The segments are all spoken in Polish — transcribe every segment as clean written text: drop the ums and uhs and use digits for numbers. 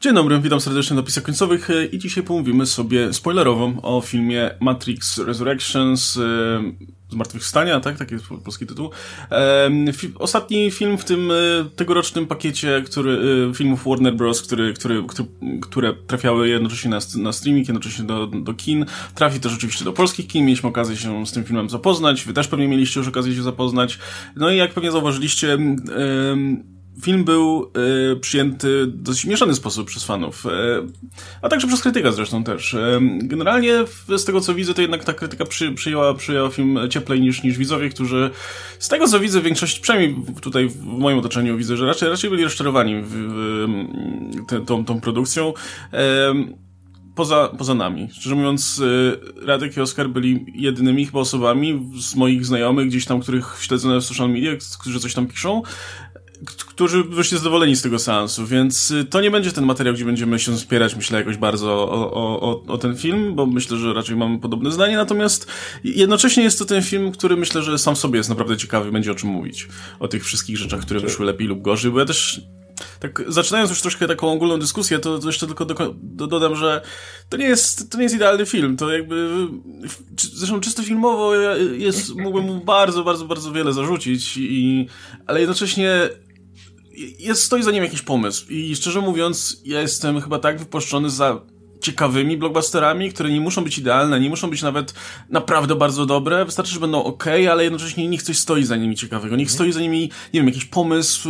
Dzień dobry, witam serdecznie na Napisach Końcowych i dzisiaj pomówimy sobie spoilerowo o filmie Matrix Resurrections, Zmartwychwstania, tak? Taki jest polski tytuł. Ostatni film w tym tegorocznym pakiecie filmów Warner Bros., które trafiały jednocześnie na streaming, jednocześnie do kin. Trafi też oczywiście do polskich kin. Mieliśmy okazję się z tym filmem zapoznać. Wy też pewnie mieliście już okazję się zapoznać. No i jak pewnie zauważyliście, film był przyjęty w dość mieszany sposób przez fanów, a także przez krytyka zresztą też. Generalnie z tego co widzę, to jednak ta krytyka przyjęła film cieplej niż widzowie, którzy z tego co widzę w większości, przynajmniej tutaj w moim otoczeniu widzę, że raczej byli rozczarowani tą produkcją. Poza nami. Szczerze mówiąc, Radek i Oskar byli jedynymi chyba osobami z moich znajomych, gdzieś tam, których śledzę w social media, którzy coś tam piszą, którzy wyszli zadowoleni z tego seansu, więc to nie będzie ten materiał, gdzie będziemy się wspierać, myślę, jakoś bardzo o ten film, bo myślę, że raczej mamy podobne zdanie, natomiast jednocześnie jest to ten film, który myślę, że sam w sobie jest naprawdę ciekawy, będzie o czym mówić. O tych wszystkich rzeczach, które wyszły lepiej lub gorzej, bo ja też tak zaczynając już troszkę taką ogólną dyskusję, to jeszcze tylko dodam, że to nie jest idealny film, to jakby zresztą czysto filmowo mógłbym mu bardzo, bardzo, bardzo wiele zarzucić, ale jednocześnie stoi za nim jakiś pomysł i szczerze mówiąc, ja jestem chyba tak wypuszczony za ciekawymi blockbusterami, które nie muszą być idealne, nie muszą być nawet naprawdę bardzo dobre, wystarczy, że będą okej, ale jednocześnie niech coś stoi za nimi ciekawego, niech stoi za nimi, nie wiem, jakiś pomysł,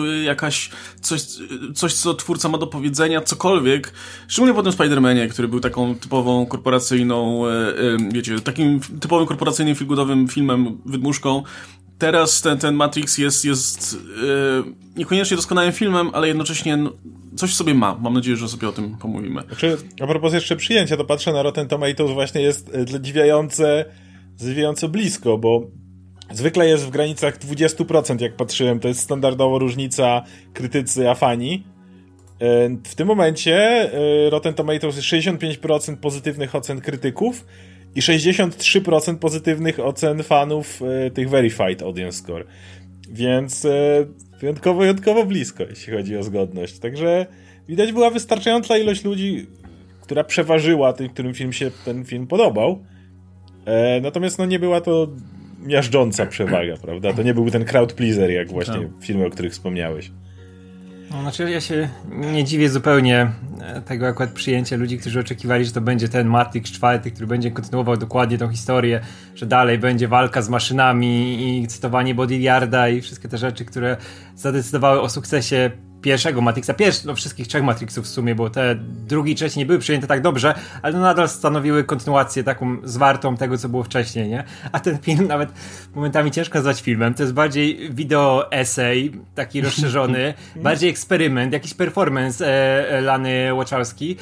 coś, co twórca ma do powiedzenia, cokolwiek. Szczególnie po tym Spider-Manie, który był taką typową korporacyjną, wiecie, takim typowym korporacyjnym feelgoodowym filmem, wydmuszką. Teraz ten Matrix jest niekoniecznie doskonałym filmem, ale jednocześnie coś w sobie ma. Mam nadzieję, że sobie o tym pomówimy. Znaczy, a propos jeszcze przyjęcia, to patrzę na Rotten Tomatoes, właśnie jest zadziwiająco blisko, bo zwykle jest w granicach 20%, jak patrzyłem. To jest standardowo różnica krytycy a fani. W tym momencie Rotten Tomatoes jest 65% pozytywnych ocen krytyków i 63% pozytywnych ocen fanów tych Verified Audience Score. Więc wyjątkowo blisko, jeśli chodzi o zgodność. Także widać była wystarczająca ilość ludzi, która przeważyła tym, którym ten film podobał. Natomiast nie była to miażdżąca przewaga, prawda? To nie był ten crowd pleaser, jak właśnie filmy, o których wspomniałeś. No, znaczy ja się nie dziwię zupełnie tego akurat przyjęcia ludzi, którzy oczekiwali, że to będzie ten Matrix 4, który będzie kontynuował dokładnie tą historię, że dalej będzie walka z maszynami i cytowanie Baudrillarda i wszystkie te rzeczy, które zadecydowały o sukcesie pierwszego Matrixa, wszystkich trzech Matrixów w sumie, bo te drugi i trzeci nie były przyjęte tak dobrze, ale nadal stanowiły kontynuację taką zwartą tego, co było wcześniej, nie? A ten film nawet momentami ciężko nazwać filmem, to jest bardziej video essay, taki rozszerzony, bardziej eksperyment, jakiś performance Lany Wachowski,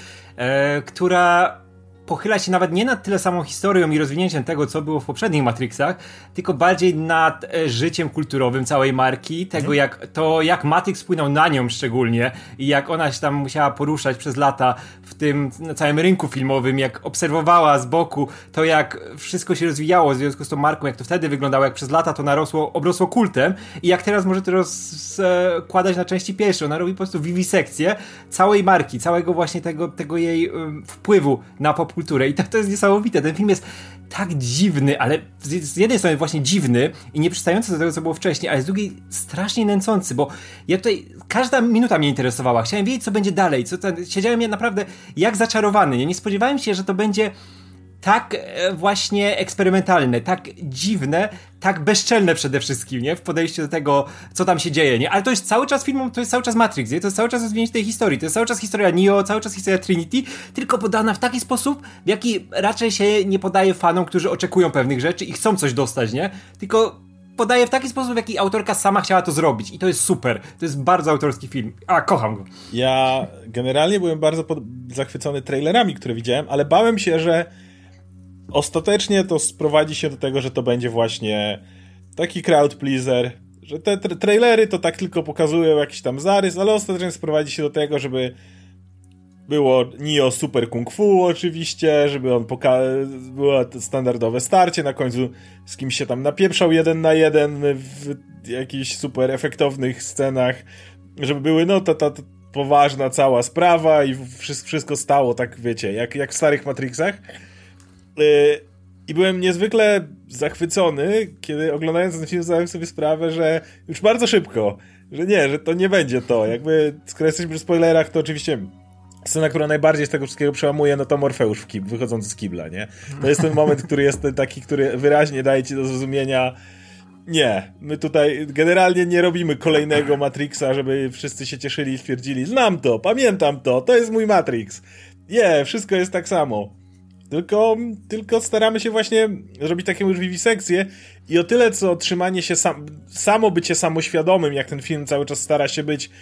która pochyla się nawet nie nad tyle samą historią i rozwinięciem tego, co było w poprzednich Matrixach, tylko bardziej nad życiem kulturowym całej marki, tego jak Matrix wpłynął na nią szczególnie i jak ona się tam musiała poruszać przez lata w tym na całym rynku filmowym, jak obserwowała z boku to, jak wszystko się rozwijało w związku z tą marką, jak to wtedy wyglądało, jak przez lata to obrosło kultem i jak teraz może to rozkładać na części pierwsze. Ona robi po prostu wiwisekcję całej marki, całego właśnie tego jej wpływu na popkulturę. I to jest niesamowite. Ten film jest tak dziwny, ale z jednej strony właśnie dziwny i nie przystający do tego, co było wcześniej, ale z drugiej strasznie nęcący, bo ja tutaj, każda minuta mnie interesowała. Chciałem wiedzieć, co będzie dalej. Siedziałem naprawdę jak zaczarowany. Nie spodziewałem się, że to będzie tak właśnie eksperymentalne, tak dziwne, tak bezczelne przede wszystkim, nie? W podejściu do tego, co tam się dzieje, nie? Ale to jest cały czas film, to jest cały czas Matrix, nie? To jest cały czas rozwinięcie tej historii, to jest cały czas historia Neo, cały czas historia Trinity, tylko podana w taki sposób, w jaki raczej się nie podaje fanom, którzy oczekują pewnych rzeczy i chcą coś dostać, nie? Tylko podaje w taki sposób, w jaki autorka sama chciała to zrobić i to jest super. To jest bardzo autorski film. Kocham go. Ja generalnie byłem bardzo zachwycony trailerami, które widziałem, ale bałem się, że ostatecznie to sprowadzi się do tego, że to będzie właśnie taki crowd pleaser, że te trailery to tak tylko pokazują jakiś tam zarys, ale ostatecznie sprowadzi się do tego, żeby było Neo super kung fu oczywiście, żeby on było standardowe starcie, na końcu z kimś się tam napieprzał 1 na 1 w jakichś super efektownych scenach, żeby były poważna cała sprawa i wszystko stało tak, wiecie, jak w starych Matrixach. I byłem niezwykle zachwycony, kiedy oglądając ten film zdałem sobie sprawę, że już bardzo szybko, że to nie będzie to. Jakby, skoro jesteśmy przy spoilerach, to oczywiście scena, która najbardziej z tego wszystkiego przełamuje, no to Morfeusz wychodzący z kibla, nie? To jest ten moment, który jest taki, który wyraźnie daje ci do zrozumienia, nie, my tutaj generalnie nie robimy kolejnego Matrixa, żeby wszyscy się cieszyli i stwierdzili, znam to, pamiętam to jest mój Matrix. Wszystko jest tak samo. Tylko staramy się właśnie zrobić taką już wiwisekcję i o tyle, co trzymanie się samo bycie samoświadomym, jak ten film cały czas stara się być,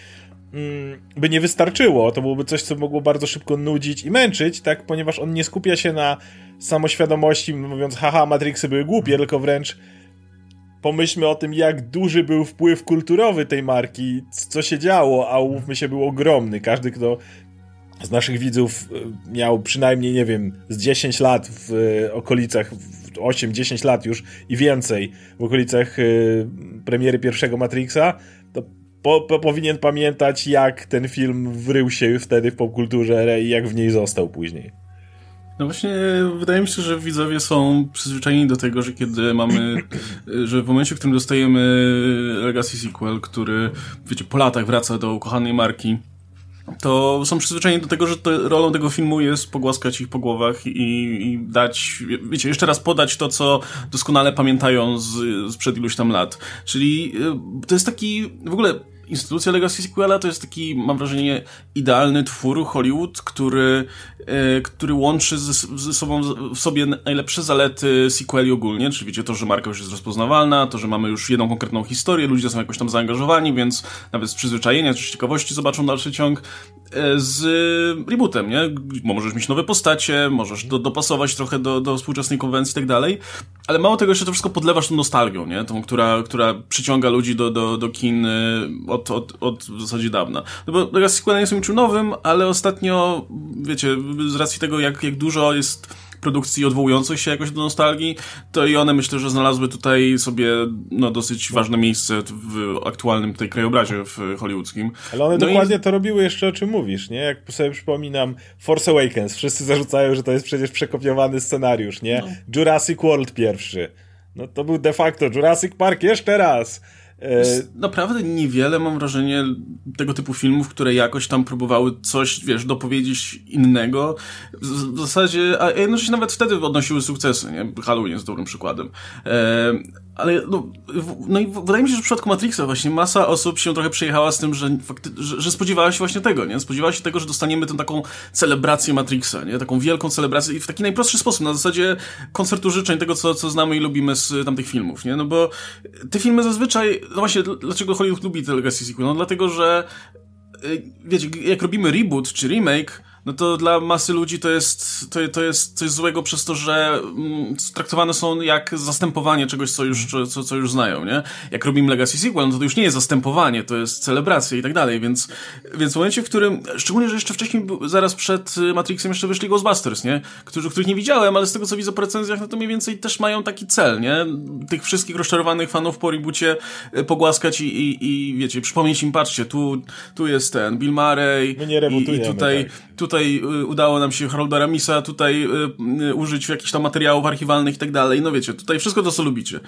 by nie wystarczyło. To byłoby coś, co mogło bardzo szybko nudzić i męczyć, tak? Ponieważ on nie skupia się na samoświadomości, mówiąc, haha, Matrixy były głupie, tylko wręcz pomyślmy o tym, jak duży był wpływ kulturowy tej marki, co się działo, a umówmy się, był ogromny. Każdy, kto z naszych widzów miał przynajmniej, nie wiem, z 10 lat w okolicach, 8-10 lat już i więcej w okolicach premiery pierwszego Matrixa, to powinien pamiętać, jak ten film wrył się wtedy w popkulturze i jak w niej został później. No właśnie, wydaje mi się, że widzowie są przyzwyczajeni do tego, że kiedy że w momencie, w którym dostajemy Legacy Sequel, który, wiecie, po latach wraca do ukochanej marki, to są przyzwyczajeni do tego, że rolą tego filmu jest pogłaskać ich po głowach i dać, wiecie, jeszcze raz podać to, co doskonale pamiętają sprzed iluś tam lat. Czyli to jest taki, w ogóle instytucja Legacy Sequela to jest taki, mam wrażenie, idealny twór Hollywood, który łączy ze sobą w sobie najlepsze zalety sequeli ogólnie, czyli wiecie, to, że marka już jest rozpoznawalna, to, że mamy już jedną konkretną historię, ludzie są jakoś tam zaangażowani, więc nawet z przyzwyczajenia czy z ciekawości zobaczą dalszy ciąg, z rebootem, nie? Możesz mieć nowe postacie, możesz dopasować trochę do współczesnej konwencji i tak dalej, ale mało tego, jeszcze to wszystko podlewasz tą nostalgią, nie? Tą, która przyciąga ludzi do kin od w zasadzie dawna. No bo Legacy Sequela nie są niczym nowym, ale ostatnio, wiecie, z racji tego, jak dużo jest produkcji odwołujących się jakoś do nostalgii, to i one, myślę, że znalazły tutaj sobie dosyć ważne miejsce w aktualnym tutaj krajobrazie hollywoodzkim. Ale one dokładnie to robiły jeszcze, o czym mówisz, nie? Jak sobie przypominam Force Awakens, wszyscy zarzucają, że to jest przecież przekopiowany scenariusz, nie? Jurassic World pierwszy. No to był de facto Jurassic Park jeszcze raz. Naprawdę niewiele, mam wrażenie, tego typu filmów, które jakoś tam próbowały coś, wiesz, dopowiedzieć innego. W zasadzie, a jednocześnie nawet wtedy odnosiły sukcesy, nie? Halloween jest dobrym przykładem. Ale no i wydaje mi się, że w przypadku Matrixa właśnie masa osób się trochę przejechała z tym, że spodziewała się właśnie tego, nie? Spodziewała się tego, że dostaniemy tę taką celebrację Matrixa, nie? Taką wielką celebrację i w taki najprostszy sposób, na zasadzie koncertu życzeń tego, co znamy i lubimy z tamtych filmów, nie? No bo te filmy zazwyczaj, no właśnie, dlaczego Hollywood lubi te Legacy Sequel? No dlatego, że wiecie, jak robimy reboot czy remake, no to dla masy ludzi to jest coś złego przez to, że traktowane są jak zastępowanie czegoś, co już znają, nie? Jak robimy Legacy Sequel, no to już nie jest zastępowanie, to jest celebracja i tak dalej, więc w momencie, w którym, szczególnie, że jeszcze wcześniej, zaraz przed Matrixem jeszcze wyszli Ghostbusters, nie? Których nie widziałem, ale z tego, co widzę po recenzjach, no to mniej więcej też mają taki cel, nie? Tych wszystkich rozczarowanych fanów po reboocie pogłaskać i wiecie, przypomnieć im, patrzcie, tu jest ten Bill Murray i tutaj udało nam się Harolda Ramisa tutaj użyć jakichś tam materiałów archiwalnych i tak dalej. No wiecie, tutaj wszystko to, co lubicie.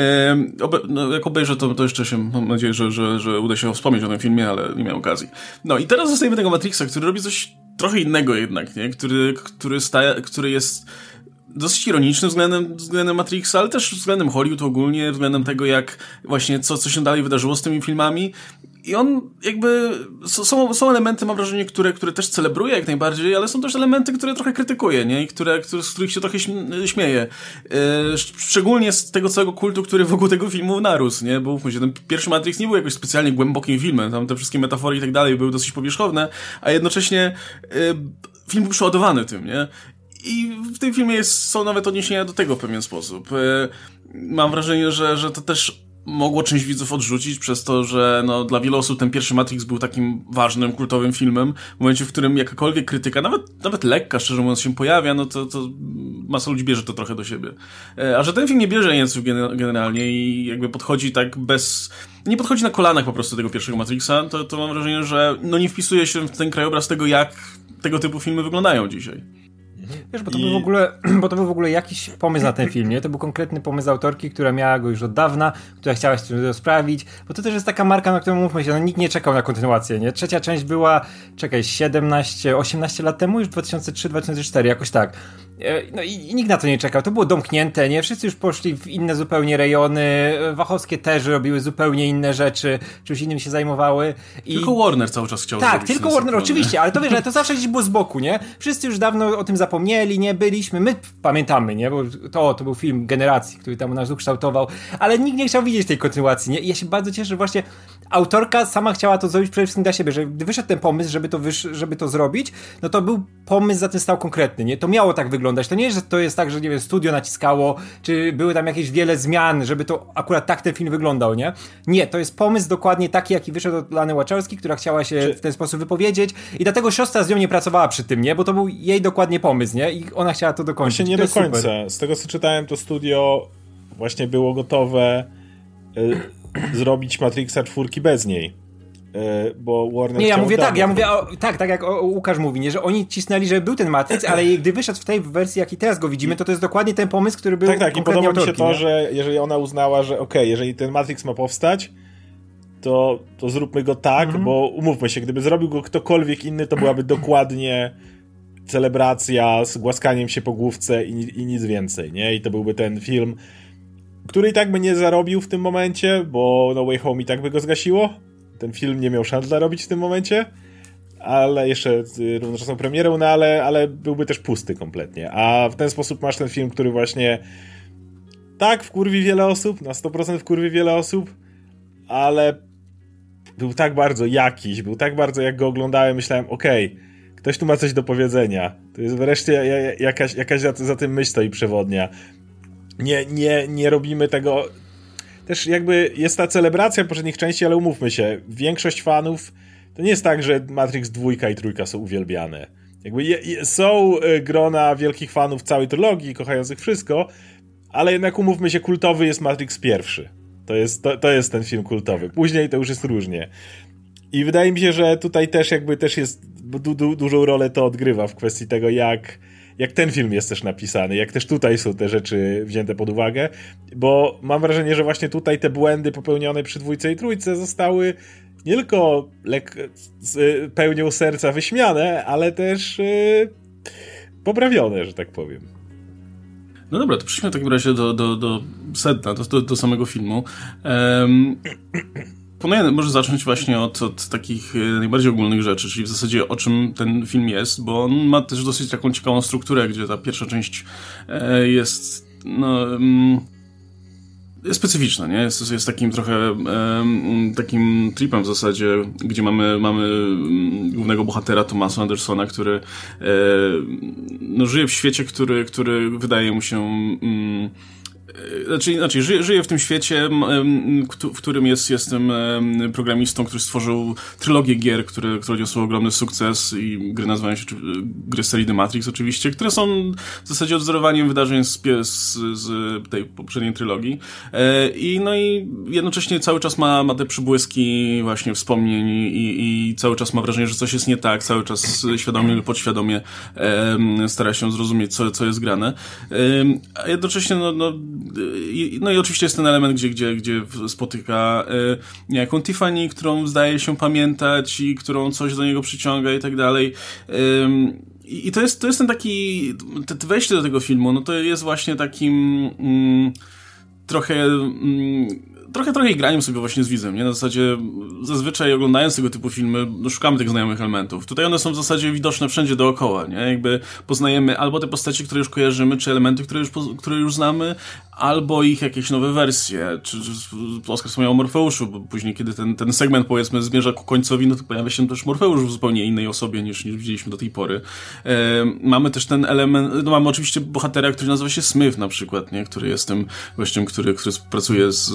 Jak obejrzę, to jeszcze się, mam nadzieję, że uda się wspomnieć o tym filmie, ale nie miałem okazji. No i teraz zostajemy tego Matrixa, który robi coś trochę innego jednak, nie? Który jest dosyć ironiczny względem Matrixa, ale też względem Hollywood ogólnie, względem tego, jak właśnie co się dalej wydarzyło z tymi filmami. I on jakby są elementy, mam wrażenie, które też celebruje jak najbardziej, ale są też elementy, które trochę krytykuje, nie? I z których się trochę śmieje. Szczególnie z tego całego kultu, który wokół tego filmu narósł, nie? Bo mówmy się, ten pierwszy Matrix nie był jakoś specjalnie głębokim filmem, tam te wszystkie metafory i tak dalej były dosyć powierzchowne, a jednocześnie film był przeładowany tym, nie? I w tym filmie są nawet odniesienia do tego w pewien sposób. Mam wrażenie, że to też mogło część widzów odrzucić przez to, że no, dla wielu osób ten pierwszy Matrix był takim ważnym, kultowym filmem. W momencie, w którym jakakolwiek krytyka, nawet lekka, szczerze mówiąc, się pojawia, no to masa ludzi bierze to trochę do siebie. A że ten film nie bierze jeńców generalnie i jakby podchodzi tak nie podchodzi na kolanach po prostu tego pierwszego Matrixa, to mam wrażenie, że no nie wpisuje się w ten krajobraz tego, jak tego typu filmy wyglądają dzisiaj. Wiesz, bo to był w ogóle jakiś pomysł na ten film, nie? To był konkretny pomysł autorki, która miała go już od dawna, która chciała się to sprawić, bo to też jest taka marka, na którą mówmy się, no nikt nie czekał na kontynuację, nie? Trzecia część była, 18 lat temu, już 2003-2004, jakoś tak. No i nikt na to nie czekał, to było domknięte, nie? Wszyscy już poszli w inne zupełnie rejony, Wachowskie też robiły zupełnie inne rzeczy, czymś innym się zajmowały. Tylko Warner cały czas chciał tak, tylko Warner, oczywiście, ale to wiesz, ale to zawsze gdzieś było z boku, nie? Wszyscy już dawno o tym zapomnieli, nie? My pamiętamy, nie? Bo to był film generacji, który tam nas ukształtował, ale nikt nie chciał widzieć tej kontynuacji, nie? I ja się bardzo cieszę, że właśnie autorka sama chciała to zrobić przede wszystkim dla siebie, że gdy wyszedł ten pomysł, żeby to zrobić, no to był pomysł za tym stał konkretny, nie? To miało tak wyglądać. To nie jest, że to jest tak, że nie wiem, studio naciskało, czy były tam jakieś wiele zmian, żeby to akurat tak ten film wyglądał, nie? Nie, to jest pomysł dokładnie taki, jaki wyszedł od Lany Wachowski, która chciała się w ten sposób wypowiedzieć i dlatego siostra z nią nie pracowała przy tym, nie? Bo to był jej dokładnie pomysł, nie? I ona chciała to dokończyć. Właśnie nie do końca. Super. Z tego, co czytałem, to studio właśnie było gotowe zrobić Matrixa 4 bez niej. Bo Warner nie, ja mówię tak jak Łukasz mówi, nie, że oni cisnęli, że był ten Matrix, ale gdy wyszedł w tej wersji, jak i teraz go widzimy, to jest dokładnie ten pomysł, który był tak, i podoba mi się to, że jeżeli ona uznała, że jeżeli ten Matrix ma powstać, to zróbmy go tak, bo umówmy się, gdyby zrobił go ktokolwiek inny, to byłaby dokładnie celebracja z głaskaniem się po główce i nic więcej, nie? I to byłby ten film, który i tak by nie zarobił w tym momencie, bo No Way Home i tak by go zgasiło. Ten film nie miał szans zarobić w tym momencie, ale jeszcze równoczesną premierę, no ale byłby też pusty kompletnie. A w ten sposób masz ten film, który właśnie tak wkurwi wiele osób, na 100% wkurwi wiele osób, ale był tak bardzo jakiś, był tak bardzo, jak go oglądałem, myślałem, ktoś tu ma coś do powiedzenia. To jest wreszcie jakaś za tym myśl stoi przewodnia. Nie robimy tego... Też jakby jest ta celebracja poprzednich części, ale umówmy się, większość fanów to nie jest tak, że Matrix 2 i 3 są uwielbiane. Jakby są grona wielkich fanów całej trylogii, kochających wszystko, ale jednak umówmy się, kultowy jest Matrix 1. To jest ten film kultowy. Później to już jest różnie. I wydaje mi się, że tutaj też jest dużą rolę to odgrywa w kwestii tego, jak ten film jest też napisany, jak też tutaj są te rzeczy wzięte pod uwagę, bo mam wrażenie, że właśnie tutaj te błędy popełnione przy 2 i 3 zostały nie tylko z pełnią serca wyśmiane, ale też poprawione, że tak powiem. No dobra, to przejdźmy w takim razie do sedna, do samego filmu. Planuję może zacząć właśnie od takich najbardziej ogólnych rzeczy, czyli w zasadzie o czym ten film jest, bo on ma też dosyć taką ciekawą strukturę, gdzie ta pierwsza część jest jest specyficzna, nie? Jest takim trochę takim tripem w zasadzie, gdzie mamy głównego bohatera Thomasa Andersona, który żyje w świecie, który wydaje mu się żyje w tym świecie, w którym jest tym programistą, który stworzył trylogię gier, które odniosły ogromny sukces i gry nazywają się gry serii The Matrix oczywiście, które są w zasadzie odwzorowaniem wydarzeń z tej poprzedniej trylogii. I jednocześnie cały czas ma te przybłyski właśnie wspomnień i cały czas ma wrażenie, że coś jest nie tak, cały czas świadomie lub podświadomie stara się zrozumieć, co jest grane. A jednocześnie no i oczywiście jest ten element, gdzie spotyka niejaką Tiffany, którą zdaje się pamiętać i którą coś do niego przyciąga i tak dalej. I to jest ten taki... wejście do tego filmu, no to jest właśnie takim trochę graniem sobie właśnie z widzem, nie? Na zasadzie zazwyczaj oglądając tego typu filmy, szukamy tych znajomych elementów. Tutaj one są w zasadzie widoczne wszędzie dookoła, nie? Jakby poznajemy albo te postacie, które już kojarzymy, czy elementy, które już znamy, albo ich jakieś nowe wersje, czy Oskar wspomniał o Morfeuszu, bo później, kiedy ten segment, powiedzmy, zmierza ku końcowi, no to pojawia się też Morfeusz w zupełnie innej osobie, niż widzieliśmy do tej pory. Mamy też ten element, no mamy oczywiście bohatera, który nazywa się Smith na przykład, nie? Który jest tym gościem, który współpracuje z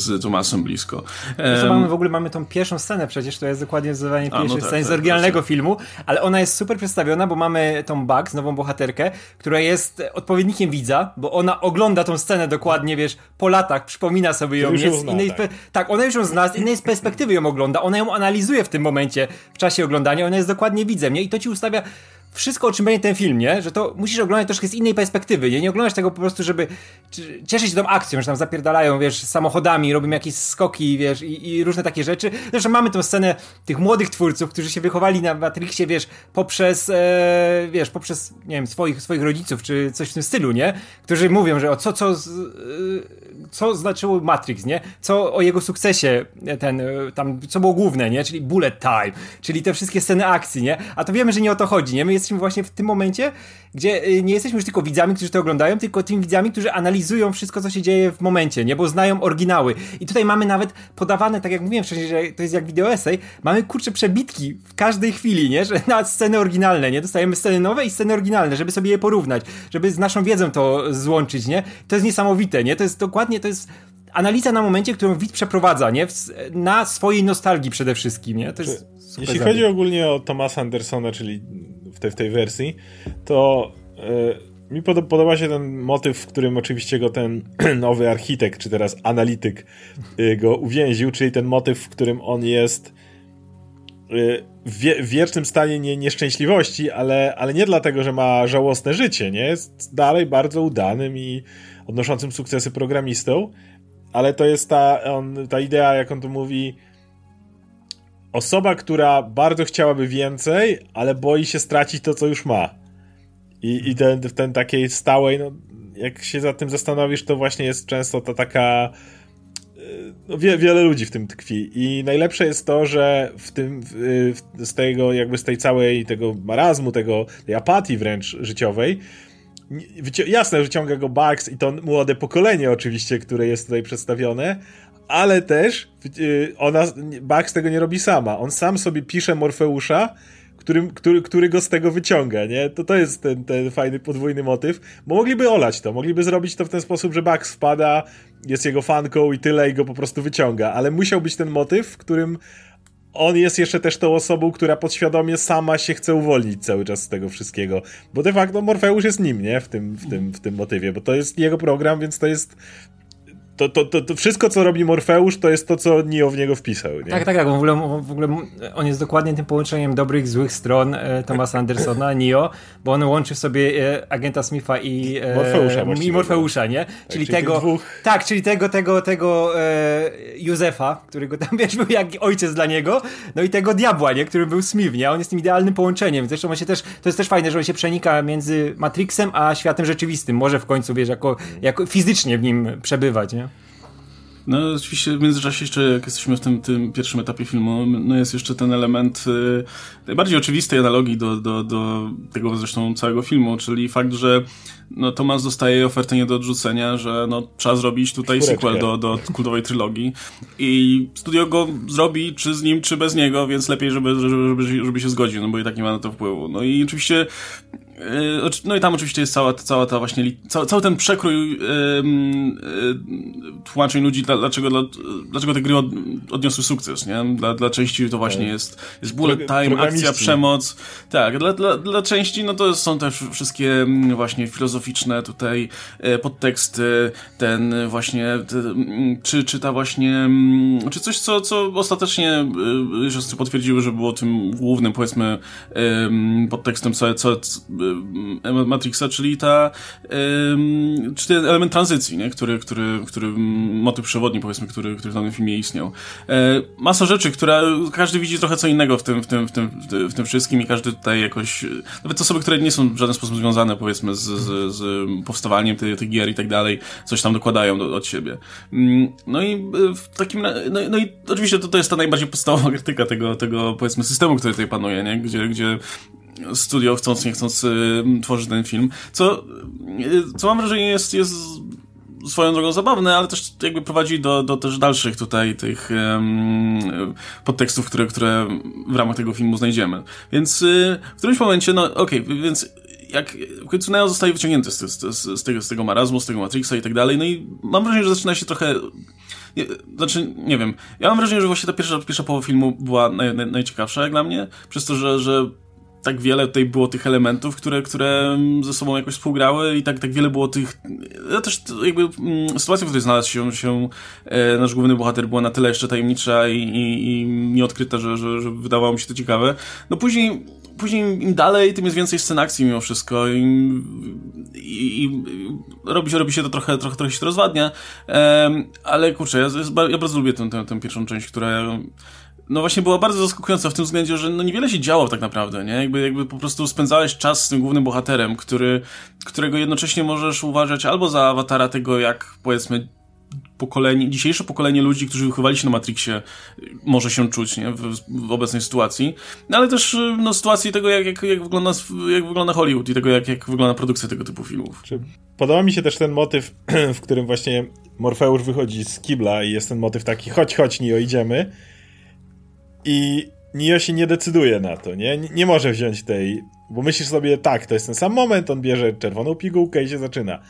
z Thomasem blisko. W ogóle mamy tą pierwszą scenę przecież, to jest dokładnie wzywanie pierwszej sceny z oryginalnego filmu, ale ona jest super przedstawiona, bo mamy tą Bugs, nową bohaterkę, która jest odpowiednikiem widza, bo ona ogląda tą scenę dokładnie, wiesz, po latach, przypomina sobie ją. Tak, ona już ją zna, z innej perspektywy ją ogląda, ona ją analizuje w tym momencie, w czasie oglądania, ona jest dokładnie widzem, nie? I to ci ustawia wszystko, o czym będzie ten film, nie? Że to musisz oglądać troszkę z innej perspektywy, nie oglądasz tego po prostu, żeby cieszyć się tą akcją, że tam zapierdalają, wiesz, samochodami, robią jakieś skoki, wiesz, i różne takie rzeczy. Zresztą mamy tą scenę tych młodych twórców, którzy się wychowali na Matrixie, wiesz, poprzez, nie wiem, swoich rodziców, czy coś w tym stylu, nie? Którzy mówią, że co znaczyło Matrix, nie? Co o jego sukcesie, co było główne, nie? Czyli bullet time, czyli te wszystkie sceny akcji, nie? A to wiemy, że nie o to chodzi, nie? My jesteśmy właśnie w tym momencie, gdzie nie jesteśmy już tylko widzami, którzy to oglądają, tylko tymi widzami, którzy analizują wszystko, co się dzieje w momencie, nie? Bo znają oryginały. I tutaj mamy nawet podawane, tak jak mówiłem wcześniej, że to jest jak wideoesej, mamy, przebitki w każdej chwili, nie? Że na sceny oryginalne, nie? Dostajemy sceny nowe i sceny oryginalne, żeby sobie je porównać, żeby z naszą wiedzą to złączyć, nie? To jest niesamowite, nie? To jest dokładnie, to jest analiza na momencie, którą widz przeprowadza, nie? Na swojej nostalgii przede wszystkim, nie? To jest jeśli chodzi ogólnie o Thomasa Andersona, czyli w tej wersji, to mi podoba się ten motyw, w którym oczywiście go ten nowy architekt, czy teraz analityk go uwięził, czyli ten motyw, w którym on jest w wiecznym stanie nieszczęśliwości, ale nie dlatego, że ma żałosne życie, nie? Jest dalej bardzo udanym i odnoszącym sukcesy programistą, ale to jest ta idea, jak on to mówi, osoba, która bardzo chciałaby więcej, ale boi się stracić to, co już ma. I ten takiej stałej, no, jak się za tym zastanowisz, to właśnie jest często ta taka... No, wiele ludzi w tym tkwi. I najlepsze jest to, że z tej całej tego marazmu, tej apatii wręcz życiowej, jasne, że ciąga go Bugs i to młode pokolenie oczywiście, które jest tutaj przedstawione, ale też Bugs tego nie robi sama. On sam sobie pisze Morfeusza, który go z tego wyciąga, nie? To jest ten fajny podwójny motyw, bo mogliby olać to, mogliby zrobić to w ten sposób, że Bugs wpada, jest jego fanką i tyle i go po prostu wyciąga, ale musiał być ten motyw, w którym on jest jeszcze też tą osobą, która podświadomie sama się chce uwolnić cały czas z tego wszystkiego, bo de facto Morfeusz jest nim, nie? W tym motywie, bo to jest jego program, więc to jest to wszystko, co robi Morfeusz, to jest to, co Neo w niego wpisał, nie? Tak. W ogóle on jest dokładnie tym połączeniem dobrych, złych stron Thomasa Andersona, Neo, bo on łączy w sobie agenta Smitha i Morfeusza, nie? Czyli tego... Dwóch... Tak, czyli tego Józefa, którego tam, wiesz, był jak ojciec dla niego, no i tego diabła, nie? Który był Smith, nie? On jest tym idealnym połączeniem. Zresztą to jest też fajne, że on się przenika między Matrixem a światem rzeczywistym. Może w końcu, wiesz, jako fizycznie w nim przebywać, nie? No oczywiście w międzyczasie jeszcze, jak jesteśmy w tym pierwszym etapie filmu, no jest jeszcze ten element najbardziej oczywistej analogii do tego zresztą całego filmu, czyli fakt, że no, Thomas dostaje ofertę nie do odrzucenia, że no, trzeba zrobić tutaj sequel do kultowej trylogii i studio go zrobi, czy z nim, czy bez niego, więc lepiej, żeby się zgodził, no bo i tak nie ma na to wpływu. No i oczywiście no i tam oczywiście jest cała ta właśnie cały ten przekrój tłumaczeń ludzi, dlaczego te gry odniosły sukces, nie? Dla części to właśnie jest bullet time, akcja, przemoc. Tak, dla części no to są też wszystkie właśnie filozoficzne tutaj podteksty, ten właśnie czy ta właśnie czy coś, co ostatecznie siostry potwierdziły, że było tym głównym, powiedzmy, podtekstem Matrixa, czyli czy ten element tranzycji, nie? Który motyw przewodni, powiedzmy, który w danym filmie istniał. Masa rzeczy, która każdy widzi trochę co innego w tym wszystkim i każdy tutaj jakoś, nawet osoby, które nie są w żaden sposób związane, powiedzmy, z powstawaniem tych gier i tak dalej, coś tam dokładają od siebie. No i w takim, no i oczywiście to jest ta najbardziej podstawowa krytyka tego powiedzmy systemu, który tutaj panuje, nie? Gdzie studio chcąc nie chcąc tworzy ten film, co mam wrażenie jest swoją drogą zabawne, ale też jakby prowadzi do też dalszych tutaj tych podtekstów, które w ramach tego filmu znajdziemy. Więc w którymś momencie, no okej, więc jak w końcu Neo zostaje wyciągnięty z tego marazmu, z tego Matrixa i tak dalej, no i mam wrażenie, że zaczyna się trochę Znaczy, nie wiem. Ja mam wrażenie, że właśnie ta pierwsza połowa filmu była najciekawsza jak dla mnie, przez to, że tak wiele tutaj było tych elementów, które ze sobą jakoś współgrały i tak wiele było tych... Też jakby sytuacja, w której znalazł się nasz główny bohater, była na tyle jeszcze tajemnicza i nieodkryta, że wydawało mi się to ciekawe. No później im dalej, tym jest więcej scen akcji mimo wszystko i robi się to trochę się to rozwadnia, ale kurczę, ja bardzo lubię tę pierwszą część, która no właśnie była bardzo zaskakująca w tym względzie, że no niewiele się działo tak naprawdę, nie? Jakby po prostu spędzałeś czas z tym głównym bohaterem, którego jednocześnie możesz uważać albo za awatara tego, jak powiedzmy dzisiejsze pokolenie ludzi, którzy wychowali się na Matrixie, może się czuć, nie? W obecnej sytuacji, ale też no, sytuacji tego, jak wygląda Hollywood i tego, jak wygląda produkcja tego typu filmów. Podoba mi się też ten motyw, w którym właśnie Morfeusz wychodzi z kibla i jest ten motyw taki, chodź, Neo, idziemy. I Neo się nie decyduje na to, nie może wziąć tej, bo myślisz sobie, tak, to jest ten sam moment, on bierze czerwoną pigułkę i się zaczyna.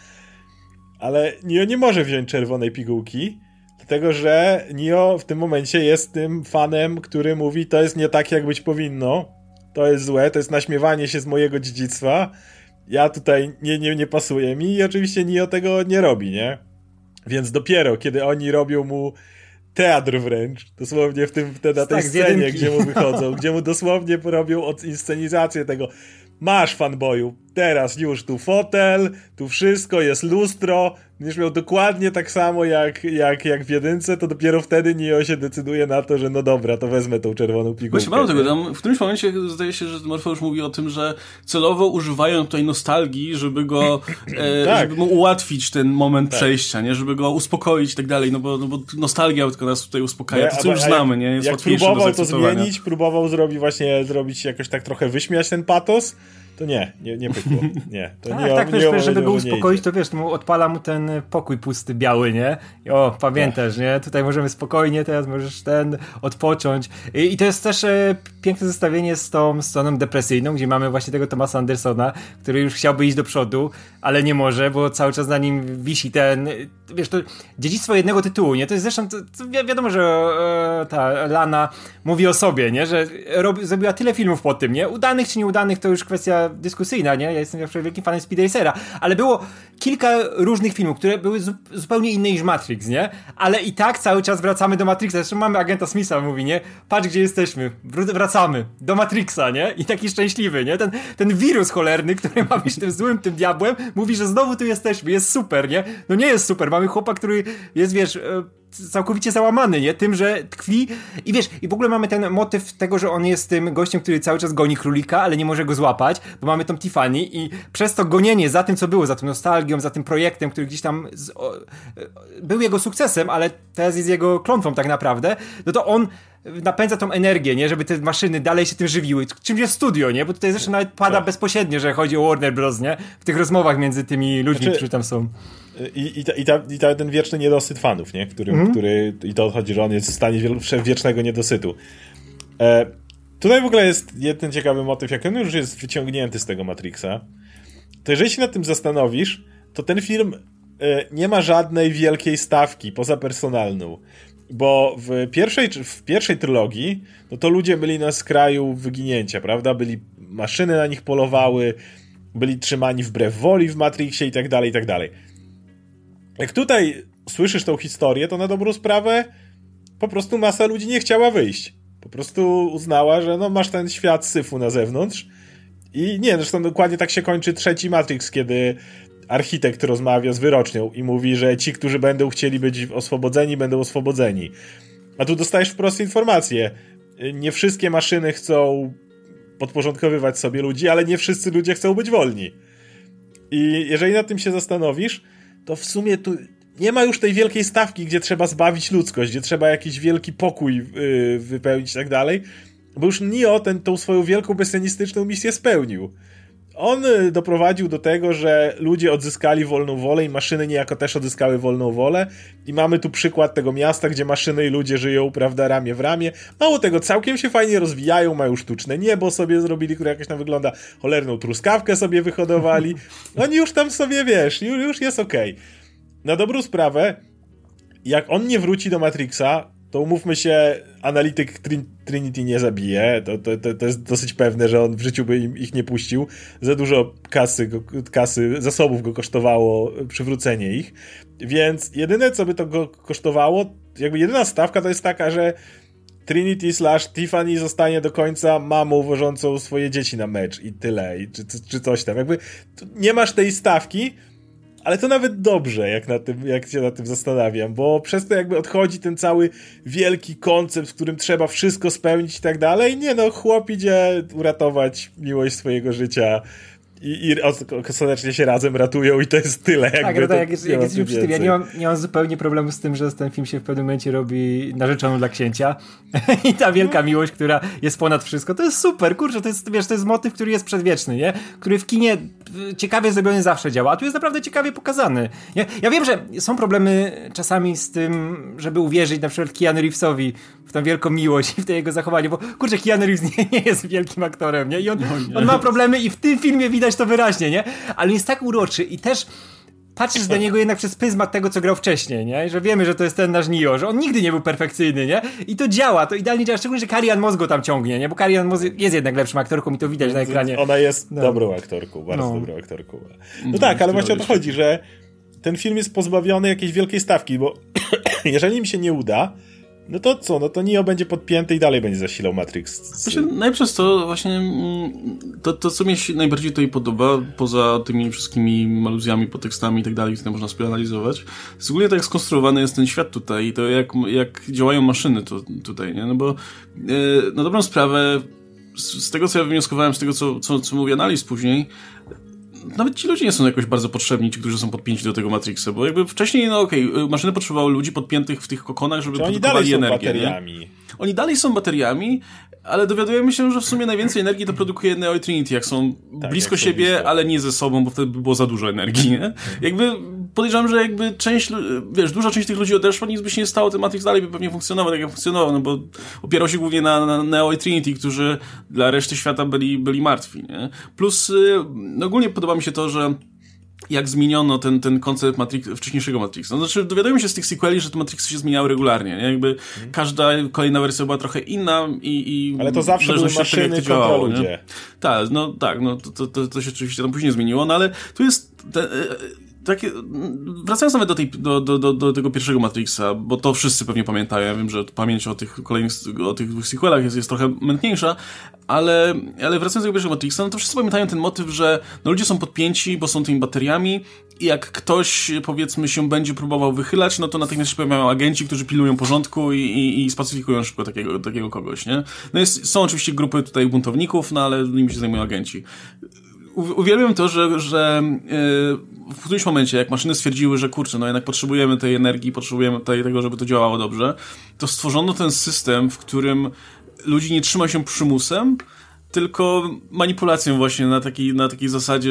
Ale Neo nie może wziąć czerwonej pigułki, dlatego że Neo w tym momencie jest tym fanem, który mówi, to jest nie tak, jak być powinno, to jest złe, to jest naśmiewanie się z mojego dziedzictwa, ja tutaj nie pasuje mi i oczywiście Neo tego nie robi, nie? Więc dopiero, kiedy oni robią mu teatr wręcz, dosłownie na tej scenie, gdzie mu wychodzą, gdzie mu dosłownie robią inscenizację tego, masz fanboyu, teraz już tu fotel, tu wszystko, jest lustro, będziesz miał dokładnie tak samo jak w jedynce, to dopiero wtedy Neo się decyduje na to, że no dobra, to wezmę tą czerwoną pigułkę. Właśnie mało tego, tam w którymś momencie zdaje się, że Morfeusz mówi o tym, że celowo używają tutaj nostalgii, żeby go tak. Żeby mu ułatwić ten moment przejścia, nie? Żeby go uspokoić i tak dalej, no bo nostalgia tylko nas tutaj uspokaja, to co już znamy, nie? Jest łatwiejsze do zaakceptowania. Próbował to zmienić, próbował zrobić jakoś tak trochę wyśmiać ten patos, to nie pykło. Nie, to tak, żeby go uspokoić, to wiesz, mu odpala mu ten pokój pusty, biały, nie? I pamiętasz, nie? Tutaj możemy spokojnie, teraz możesz odpocząć. I to jest też piękne zestawienie z tą stroną depresyjną, gdzie mamy właśnie tego Thomasa Andersona, który już chciałby iść do przodu, ale nie może, bo cały czas na nim wisi wiesz, to dziedzictwo jednego tytułu, nie? To jest zresztą, wiadomo, że ta Lana mówi o sobie, nie? Że zrobiła tyle filmów po tym, nie? Udanych czy nieudanych to już kwestia dyskusyjna, nie? Ja jestem zawsze wielkim fanem Speed Racera, ale było kilka różnych filmów, które były zupełnie inne niż Matrix, nie? Ale i tak cały czas wracamy do Matrixa. Zresztą mamy agenta Smitha, mówi, nie? Patrz, gdzie jesteśmy. Wracamy do Matrixa, nie? I taki szczęśliwy, nie? Ten wirus cholerny, który ma być tym złym, tym diabłem, mówi, że znowu tu jesteśmy, jest super, nie? No nie jest super, mamy chłopa, który jest, wiesz, całkowicie załamany, nie? Tym, że tkwi i wiesz, i w ogóle mamy ten motyw tego, że on jest tym gościem, który cały czas goni królika, ale nie może go złapać, bo mamy tą Tiffany i przez to gonienie za tym, co było, za tą nostalgią, za tym projektem, który gdzieś tam był jego sukcesem, ale teraz jest jego klątwą tak naprawdę, no to on napędza tą energię, nie? Żeby te maszyny dalej się tym żywiły. Czymś jest studio, nie? Bo tutaj zresztą nawet pada bezpośrednio, że chodzi o Warner Bros., nie? W tych rozmowach między tymi ludźmi, którzy tam są. I ten wieczny niedosyt fanów, nie? I to chodzi, że on jest w stanie wiecznego niedosytu. Tutaj w ogóle jest jeden ciekawy motyw, jak on już jest wyciągnięty z tego Matrixa, to jeżeli się nad tym zastanowisz, to ten film nie ma żadnej wielkiej stawki poza personalną. Bo w pierwszej trylogii, no to ludzie byli na skraju wyginięcia, prawda? Maszyny na nich polowały, byli trzymani wbrew woli w Matrixie i tak dalej, i tak dalej. Jak tutaj słyszysz tą historię, to na dobrą sprawę po prostu masa ludzi nie chciała wyjść. Po prostu uznała, że no masz ten świat syfu na zewnątrz i nie, zresztą dokładnie tak się kończy trzeci Matrix, kiedy architekt rozmawia z wyrocznią i mówi, że ci, którzy będą chcieli być oswobodzeni, będą oswobodzeni. A tu dostajesz wprost informację. Nie wszystkie maszyny chcą podporządkowywać sobie ludzi, ale nie wszyscy ludzie chcą być wolni. I jeżeli nad tym się zastanowisz, to w sumie tu nie ma już tej wielkiej stawki, gdzie trzeba zbawić ludzkość, gdzie trzeba jakiś wielki pokój wypełnić i tak dalej, bo już Neo tą swoją wielką mesjanistyczną misję spełnił. On doprowadził do tego, że ludzie odzyskali wolną wolę i maszyny niejako też odzyskały wolną wolę i mamy tu przykład tego miasta, gdzie maszyny i ludzie żyją, prawda, ramię w ramię. Mało tego, całkiem się fajnie rozwijają, mają sztuczne niebo sobie zrobili, które jakoś tam wygląda, cholerną truskawkę sobie wyhodowali. Oni już tam sobie, wiesz, już jest okej. Na dobrą sprawę, Jak on nie wróci do Matrixa, to umówmy się, analityk Trinity nie zabije. To jest dosyć pewne, że on w życiu by ich nie puścił. Za dużo zasobów go kosztowało przywrócenie ich. Więc jedyne, co by to go kosztowało, jakby jedyna stawka to jest taka, że Trinity / Tiffany zostanie do końca mamą wożącą swoje dzieci na mecz i tyle, czy coś tam. Jakby nie masz tej stawki, ale to nawet dobrze, jak się nad tym zastanawiam, bo przez to jakby odchodzi ten cały wielki koncept, w którym trzeba wszystko spełnić i tak dalej. Nie no, chłop idzie uratować miłość swojego życia i ostatecznie się razem ratują i to jest tyle. Jakby tak, jak jesteśmy przy tym, ja nie mam zupełnie problemu z tym, że ten film się w pewnym momencie robi narzeczoną dla księcia i ta wielka miłość, która jest ponad wszystko, to jest super, kurczę, to jest, wiesz, to jest motyw, który jest przedwieczny, nie? Który w kinie ciekawie zrobiony zawsze działa, a tu jest naprawdę ciekawie pokazany. Ja wiem, że są problemy czasami z tym, żeby uwierzyć na przykład Keanu Reevesowi w tą wielką miłość i w to jego zachowanie, bo kurczę, Keanu Reeves nie jest wielkim aktorem, nie? I on ma problemy i w tym filmie widać to wyraźnie, nie? Ale jest tak uroczy i też patrzysz na niego jednak przez pryzmat tego, co grał wcześniej, nie? Że wiemy, że to jest ten nasz Neo, że on nigdy nie był perfekcyjny, nie? I to działa, to idealnie działa, szczególnie, że Carrie-Anne Moss go tam ciągnie, nie? Bo Carrie-Anne Moss jest jednak lepszą aktorką i to widać na ekranie. Ona jest dobrą aktorką, bardzo dobrą aktorką. No tak, ale właśnie o to chodzi, że ten film jest pozbawiony jakiejś wielkiej stawki, bo jeżeli mi się nie uda, no to co? No to Neo będzie podpięty i dalej będzie zasilał Matrix. Najpierw to właśnie to, co mi się najbardziej tutaj podoba, poza tymi wszystkimi aluzjami, podtekstami i tak dalej, które można sobie analizować, jest ogólnie tak jak skonstruowany jest ten świat tutaj i to jak działają maszyny tutaj, nie? No bo na dobrą sprawę z tego, co ja wywnioskowałem, z tego, co mówi analiz później, nawet ci ludzie nie są jakoś bardzo potrzebni, ci, którzy są podpięci do tego Matrixa, bo jakby wcześniej, no okej, maszyny potrzebowały ludzi podpiętych w tych kokonach, żeby produkowali energię. Oni dalej są bateriami, ale dowiadujemy się, że w sumie najwięcej energii to produkuje Neo i Trinity, jak są blisko siebie, ale nie ze sobą, bo wtedy by było za dużo energii, nie? Jakby podejrzewam, że jakby duża część tych ludzi odeszła, nic by się nie stało, ten Matrix dalej by pewnie funkcjonował tak jak funkcjonował, no bo opierał się głównie na Neo i Trinity, którzy dla reszty świata byli martwi, nie? Plus ogólnie podoba mi się to, że jak zmieniono ten koncept wcześniejszego Matrixa. No, znaczy, dowiadujemy się z tych sequeli, że te Matrixy się zmieniały regularnie, nie? Jakby każda kolejna wersja była trochę inna i ale to zawsze były maszyny kontra ludzie. Tak, to się oczywiście tam później zmieniło, no ale tu jest takie, wracając nawet do tego pierwszego Matrixa, bo to wszyscy pewnie pamiętają, ja wiem, że pamięć o tych kolejnych, o tych dwóch sequelach jest trochę mętniejsza, ale wracając do tego pierwszego Matrixa, no to wszyscy pamiętają ten motyw, że no ludzie są podpięci, bo są tymi bateriami i jak ktoś, powiedzmy, się będzie próbował wychylać, no to natychmiast się pojawiają agenci, którzy pilnują porządku i spacyfikują szybko takiego kogoś, nie? No są oczywiście grupy tutaj buntowników, no ale nimi się zajmują agenci. Uwielbiam to, że w którymś momencie, jak maszyny stwierdziły, że kurczę, no jednak potrzebujemy tej energii, potrzebujemy tego, żeby to działało dobrze, to stworzono ten system, w którym ludzi nie trzyma się przymusem, tylko manipulacją właśnie na takiej zasadzie,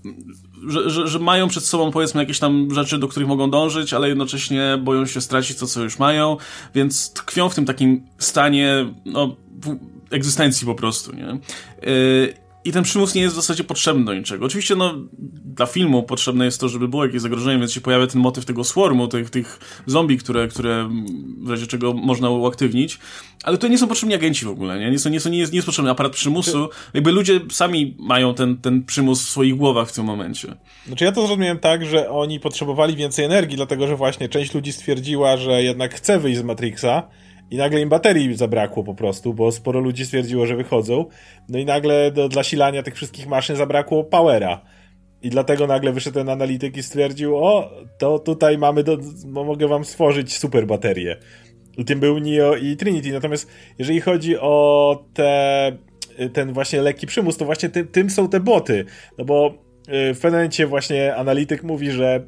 że mają przed sobą, powiedzmy, jakieś tam rzeczy, do których mogą dążyć, ale jednocześnie boją się stracić to, co już mają, więc tkwią w tym takim stanie, no, egzystencji po prostu, nie? I ten przymus nie jest w zasadzie potrzebny do niczego. Oczywiście, no, dla filmu potrzebne jest to, żeby było jakieś zagrożenie, więc się pojawia ten motyw tego swarmu, tych zombie, które w razie czego można uaktywnić, ale tutaj nie są potrzebni agenci w ogóle, nie? Nie jest potrzebny aparat przymusu, jakby ludzie sami mają ten przymus w swoich głowach w tym momencie. Znaczy ja to zrozumiałem tak, że oni potrzebowali więcej energii, dlatego że właśnie część ludzi stwierdziła, że jednak chce wyjść z Matrixa, i nagle im baterii zabrakło po prostu, bo sporo ludzi stwierdziło, że wychodzą. No i nagle dla silania tych wszystkich maszyn zabrakło powera. I dlatego nagle wyszedł ten analityk i stwierdził, to tutaj mamy, mogę wam stworzyć super baterię. I tym był Neo i Trinity. Natomiast jeżeli chodzi o ten właśnie lekki przymus, to właśnie tym są te boty. No bo w pewnym momencie właśnie analityk mówi, że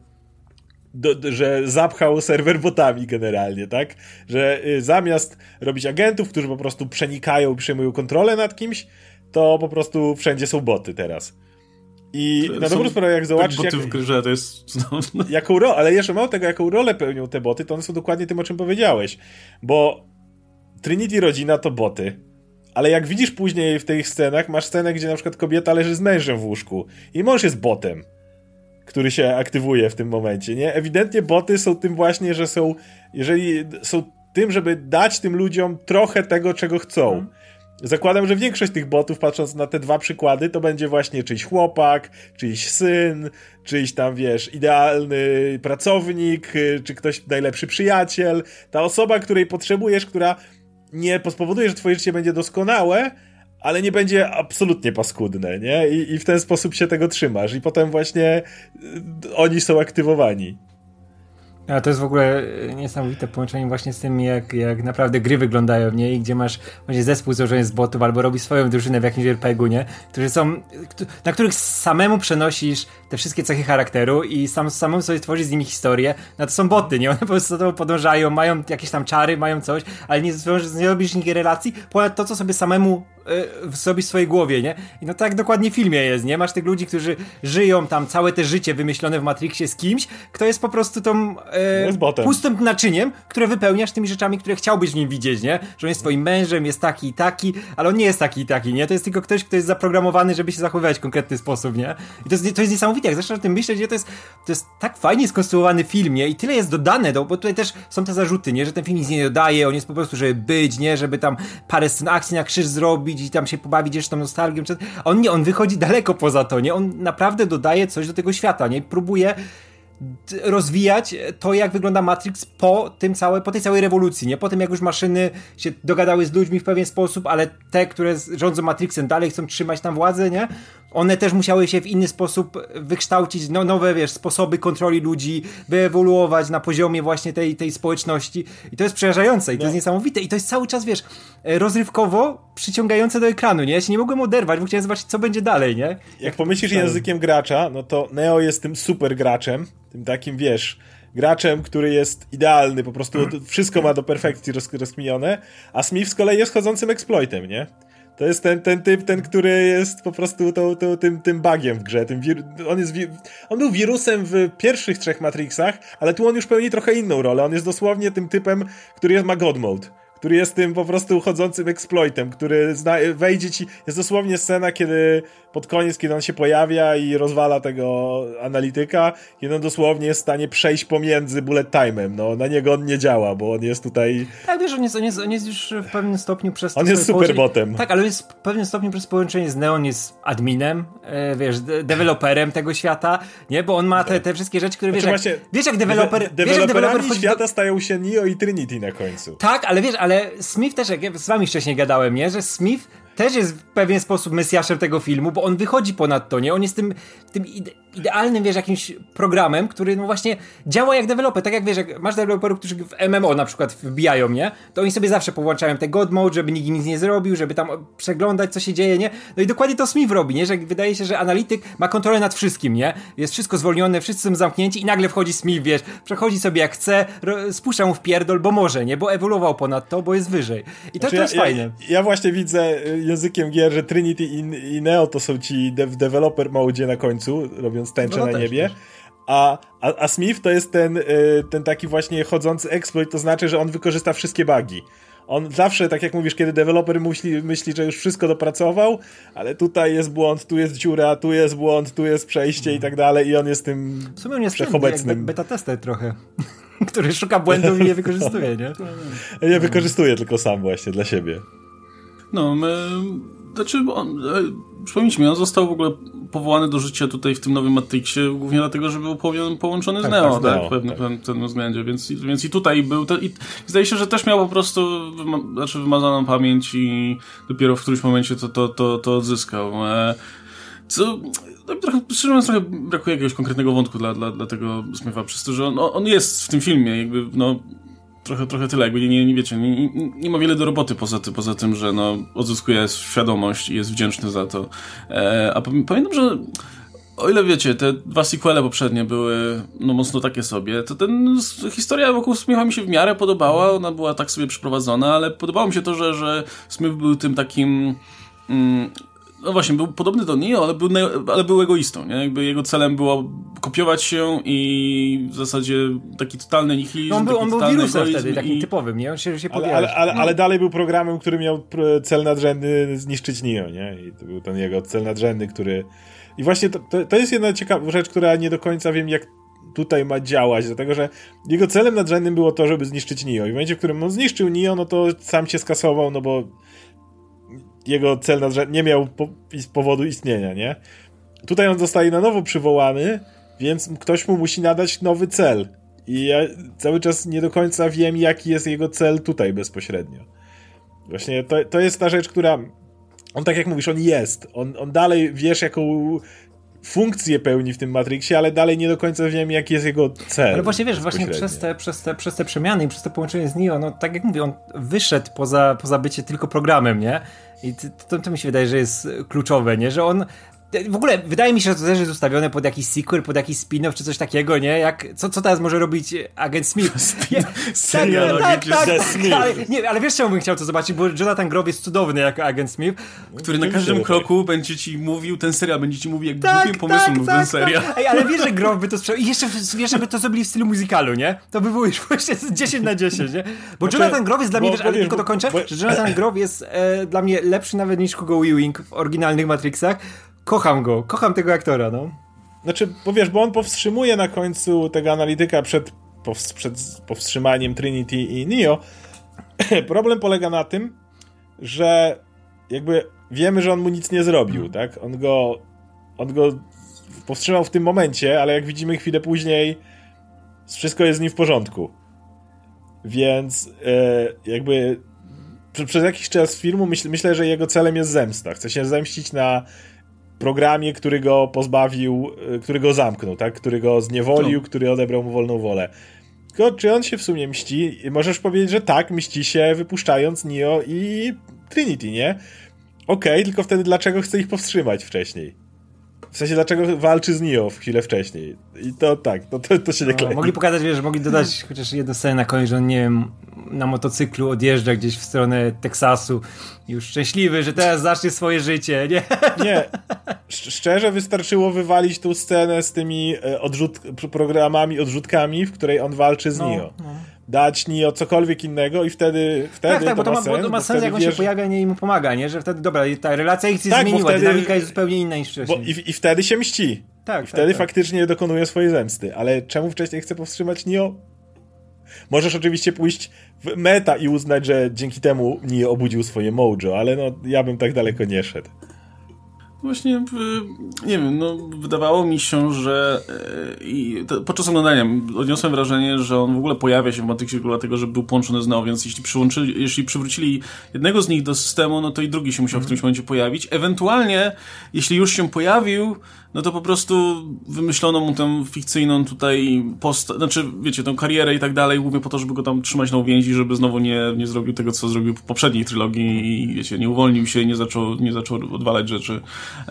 zapchał serwer botami generalnie, tak? Że zamiast robić agentów, którzy po prostu przenikają i przejmują kontrolę nad kimś, to po prostu wszędzie są boty teraz. I na dobrą sprawę, jak zobaczysz... boty w grze to jest... ale jeszcze mało tego, jaką rolę pełnią te boty, to one są dokładnie tym, o czym powiedziałeś. Bo Trinity rodzina to boty. Ale jak widzisz później w tych scenach, masz scenę, gdzie na przykład kobieta leży z mężem w łóżku i mąż jest botem, który się aktywuje w tym momencie, nie? Ewidentnie boty są tym właśnie, że są, jeżeli są tym, żeby dać tym ludziom trochę tego, czego chcą. Zakładam, że większość tych botów, patrząc na te 2 przykłady, to będzie właśnie czyjś chłopak, czyjś syn, czyjś tam, wiesz, idealny pracownik, czy ktoś najlepszy przyjaciel. Ta osoba, której potrzebujesz, która nie spowoduje, że twoje życie będzie doskonałe, ale nie będzie absolutnie paskudne, nie? I w ten sposób się tego trzymasz. I potem właśnie oni są aktywowani. A to jest w ogóle niesamowite połączenie właśnie z tym, jak naprawdę gry wyglądają, nie? I gdzie masz właśnie zespół złożony z botów, albo robisz swoją drużynę w jakimś RPG-u, nie? Na których samemu przenosisz te wszystkie cechy charakteru i samemu sobie tworzysz z nimi historię. No to są boty, nie? One po prostu za tobą podążają, mają jakieś tam czary, mają coś, ale nie robisz nigdy relacji, ponad to, co sobie samemu zrobić w swojej głowie, nie? I no tak dokładnie w filmie jest, nie? Masz tych ludzi, którzy żyją tam całe te życie wymyślone w Matrixie z kimś, kto jest po prostu tą pustym naczyniem, które wypełniasz tymi rzeczami, które chciałbyś w nim widzieć, nie? Że on jest twoim mężem, jest taki i taki, ale on nie jest taki i taki, nie? To jest tylko ktoś, kto jest zaprogramowany, żeby się zachowywać w konkretny sposób, nie? I to jest niesamowite, jak zaczynasz o tym myśleć, nie? To jest tak fajnie skonstruowany film, nie? I tyle jest dodane, bo tutaj też są te zarzuty, nie? Że ten film nic nie dodaje, on jest po prostu, żeby być, nie? Żeby tam parę scen akcji na krzyż zrobić i tam się pobawić jeszcze tą nostalgią. On wychodzi daleko poza to, nie? On naprawdę dodaje coś do tego świata, nie? Próbuje rozwijać to, jak wygląda Matrix po tej całej rewolucji, nie? Po tym, jak już maszyny się dogadały z ludźmi w pewien sposób, ale te, które rządzą Matrixem, dalej chcą trzymać tam władzę, nie? One też musiały się w inny sposób wykształcić, nowe, wiesz, sposoby kontroli ludzi, wyewoluować na poziomie właśnie tej społeczności. I to jest przerażające i to jest niesamowite. I to jest cały czas, wiesz, rozrywkowo przyciągające do ekranu, nie? Ja się nie mogłem oderwać, bo chciałem zobaczyć, co będzie dalej, nie? Jak pomyślisz językiem gracza, no to Neo jest tym super graczem, tym takim, wiesz, graczem, który jest idealny, po prostu wszystko ma do perfekcji rozkminione, a Smith z kolei jest chodzącym exploitem, nie? To jest ten typ, który jest po prostu tym bugiem w grze. On był wirusem w pierwszych 3 Matrixach, ale tu on już pełni trochę inną rolę. On jest dosłownie tym typem, który ma God Mode. Który jest tym po prostu chodzącym exploitem, który wejdzie ci... Jest dosłownie scena, kiedy pod koniec, kiedy on się pojawia i rozwala tego analityka, kiedy on dosłownie jest w stanie przejść pomiędzy bullet time'em. No, na niego on nie działa, bo on jest tutaj... Tak, wiesz, on jest już w pewnym stopniu przez... On jest superbotem. Tak, ale jest w pewnym stopniu przez połączenie z Neo, on jest adminem, wiesz, deweloperem tego świata, nie? Bo on ma te wszystkie rzeczy, które wiesz, jak deweloper... Deweloperami świata stają się Neo i Trinity na końcu. Tak, ale Smith też, jak z wami wcześniej gadałem, nie? Że Smith też jest w pewien sposób mesjaszem tego filmu, bo on wychodzi ponad to, nie? On jest tym idealnym, wiesz, jakimś programem, który no właśnie działa jak deweloper. Tak jak, wiesz, jak masz deweloperów, którzy w MMO na przykład wbijają, nie? To oni sobie zawsze powłączają te God Mode, żeby nikt nic nie zrobił, żeby tam przeglądać, co się dzieje, nie? No i dokładnie to Smith robi, nie? Że wydaje się, że analityk ma kontrolę nad wszystkim, nie? Jest wszystko zwolnione, wszyscy są zamknięci i nagle wchodzi Smith, wiesz, przechodzi sobie jak chce, spuszcza mu w pierdol, bo może, nie? Bo ewoluował ponad to, bo jest wyżej. I to jest fajne. Ja właśnie widzę językiem gier, że Trinity i Neo to są ci w developer mode na końcu, robiąc tęczę na niebie. A Smith to jest ten taki właśnie chodzący exploit, to znaczy, że on wykorzysta wszystkie bugi. On zawsze, tak jak mówisz, kiedy deweloper myśli, że już wszystko dopracował, ale tutaj jest błąd, tu jest dziura, tu jest błąd, tu jest przejście i tak dalej i on jest tym w sumie on jest wszechobecnym. Beta tester trochę, który szuka błędów i je wykorzystuje, nie? Nie wykorzystuje tylko sam właśnie dla siebie. No, przypomnijmy, on został w ogóle powołany do życia tutaj w tym nowym Matrixie głównie dlatego, że był połączony z Neo, tak, w pewnym względzie, więc i tutaj był, i zdaje się, że też miał po prostu wymazaną pamięć i dopiero w którymś momencie to odzyskał. Co... Szczerze mówiąc, trochę brakuje jakiegoś konkretnego wątku dla tego Smitha, przez to, że on jest w tym filmie, jakby, no... Trochę tyle, jakby nie wiecie, nie ma wiele do roboty poza tym, że no, odzyskuje świadomość i jest wdzięczny za to. A pamiętam, że o ile wiecie, te 2 sequele poprzednie były no mocno takie sobie, to historia wokół Smitha mi się w miarę podobała, ona była tak sobie przeprowadzona, ale podobało mi się to, że Smith był tym takim... No właśnie, był podobny do Neo, ale był egoistą, nie? Jakby jego celem było kopiować się i w zasadzie taki totalny nihilizm. On był wirusem wtedy, takim typowym, nie? On się ale dalej był programem, który miał cel nadrzędny zniszczyć Neo, nie? I to był ten jego cel nadrzędny, który... I właśnie to jest jedna ciekawa rzecz, która nie do końca wiem, jak tutaj ma działać, dlatego że jego celem nadrzędnym było to, żeby zniszczyć Neo. I w momencie, w którym on zniszczył Neo, no to sam się skasował, no bo jego cel nadrzędny nie miał powodu istnienia, nie? Tutaj on zostaje na nowo przywołany, więc ktoś mu musi nadać nowy cel. I ja cały czas nie do końca wiem, jaki jest jego cel tutaj bezpośrednio. Właśnie to jest ta rzecz, która... On, tak jak mówisz, on jest. On dalej, wiesz, jaką funkcję pełni w tym Matrixie, ale dalej nie do końca wiem, jaki jest jego cel. Ale właśnie wiesz, właśnie przez te przemiany i przez to połączenie z Neo, no tak jak mówię, on wyszedł poza bycie tylko programem, nie? I to mi się wydaje, że jest kluczowe, nie? Że on... W ogóle wydaje mi się, że to też jest ustawione pod jakiś sequel, pod jakiś spin-off czy coś takiego, nie? Jak, co teraz może robić agent Smith? Tak, ale wiesz czemu bym chciał to zobaczyć, bo Jonathan Groff jest cudowny jako agent Smith. Który na każdym kroku będzie ci mówił, ten serial będzie ci mówił, jak głupim pomysłem był ten serial. Ej, ale wiesz, że Groff by to sprzedał i jeszcze wiesz, żeby to zrobili w stylu muzykalu, nie? To by było już właśnie 10 na 10, nie? Bo Jonathan Groff jest dla mnie, ale tylko dokończę, że Jonathan Groff jest dla mnie lepszy nawet niż Hugo Weaving w oryginalnych Matrixach. Kocham tego aktora, no. Znaczy, bo on powstrzymuje na końcu tego analityka przed powstrzymaniem Trinity i Neo. Problem polega na tym, że jakby wiemy, że on mu nic nie zrobił, tak? On go powstrzymał w tym momencie, ale jak widzimy chwilę później, wszystko jest z nim w porządku. Więc jakby przez jakiś czas filmu myślę, że jego celem jest zemsta. Chce się zemścić na programie, który go pozbawił, który go zamknął, tak? Który go zniewolił, który odebrał mu wolną wolę. Tylko czy on się w sumie mści? Możesz powiedzieć, że tak, mści się wypuszczając Neo i Trinity, nie? Okej, tylko wtedy dlaczego chce ich powstrzymać wcześniej? W sensie, dlaczego walczy z Neo w chwilę wcześniej? I to tak, to się nie klei. Mogli pokazać, wiesz, mogli dodać chociaż jedną scenę na koniec, że on, nie wiem, na motocyklu odjeżdża gdzieś w stronę Teksasu, już szczęśliwy, że teraz zacznie swoje życie, nie? Nie. Szczerze wystarczyło wywalić tą scenę z tymi programami, odrzutkami, w której on walczy z Neo. Dać Neo cokolwiek innego i wtedy tak, bo to ma sens, jak on się pojawia i mu pomaga, nie? Że wtedy, dobra, ta relacja ich się zmieniła, dynamika jest zupełnie inna niż wcześniej. I wtedy się mści. Tak, I wtedy tak. faktycznie dokonuje swojej zemsty. Ale czemu wcześniej chce powstrzymać Neo? Możesz oczywiście pójść w meta i uznać, że dzięki temu Neo obudził swoje mojo, ale no ja bym tak daleko nie szedł. Właśnie, nie wiem, no wydawało mi się, że podczas oglądania odniosłem wrażenie, że on w ogóle pojawia się w Matrixie dlatego, że był połączony z Neo, więc jeśli przywrócili jednego z nich do systemu, no to i drugi się musiał w którymś momencie pojawić. Ewentualnie, jeśli już się pojawił, no to po prostu wymyślono mu tę fikcyjną tutaj znaczy, wiecie, tę karierę i tak dalej, głównie po to, żeby go tam trzymać na uwięzi, żeby znowu nie zrobił tego, co zrobił w poprzedniej trylogii i wiecie, nie uwolnił się, nie zaczął odwalać rzeczy.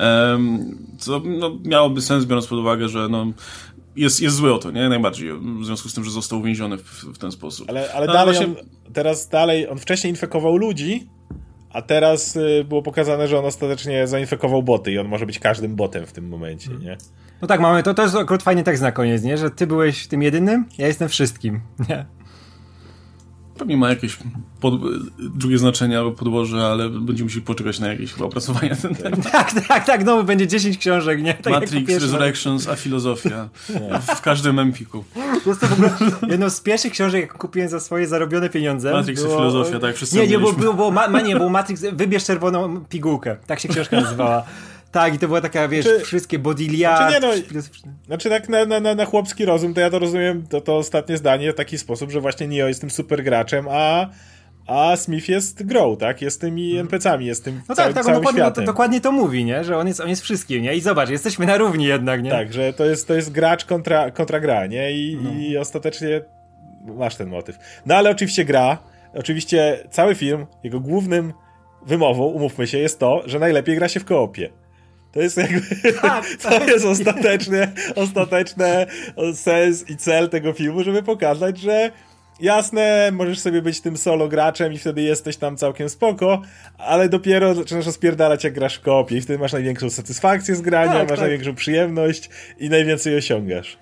Co no, miałoby sens, biorąc pod uwagę, że no, jest zły o to, nie? Najbardziej. W związku z tym, że został uwięziony w ten sposób. Ale dalej, on wcześniej infekował ludzi, a teraz było pokazane, że on ostatecznie zainfekował boty i on może być każdym botem w tym momencie, nie? No tak, mamy, to jest akurat fajny tekst na koniec, nie? Że ty byłeś tym jedynym, ja jestem wszystkim, nie? Pewnie ma jakieś drugie znaczenie albo podłoże, ale będziemy musieli poczekać na jakieś chyba opracowania. Tak, no będzie 10 książek, nie? Tak Matrix, Resurrections, a filozofia. W każdym empiku. To jest to w ogóle jedną z pierwszych książek, jak kupiłem za swoje zarobione pieniądze. Matrix, było... a filozofia, tak, wszyscy było Matrix, wybierz czerwoną pigułkę. Tak się książka nazywała. Tak, i to była taka, wiesz, wszystkie bodyliard. Znaczy tak na chłopski rozum, to ja to rozumiem, to ostatnie zdanie w taki sposób, że właśnie Neo jest tym super graczem, a Smith jest grą, tak? Jest tymi NPC-ami, jest tym całym światem. Dokładnie to mówi, nie? Że on jest wszystkim, nie? I zobacz, jesteśmy na równi jednak, nie? Tak, że to jest gracz kontra gra, nie? I ostatecznie masz ten motyw. No ale oczywiście oczywiście cały film, jego głównym wymową, umówmy się, jest to, że najlepiej gra się w koopie. To jest jakby, to jest ostateczny sens i cel tego filmu, żeby pokazać, że jasne, możesz sobie być tym solo graczem i wtedy jesteś tam całkiem spoko, ale dopiero zaczynasz rozpierdalać, jak grasz w koopie i wtedy masz największą satysfakcję z grania, największą przyjemność i najwięcej osiągasz.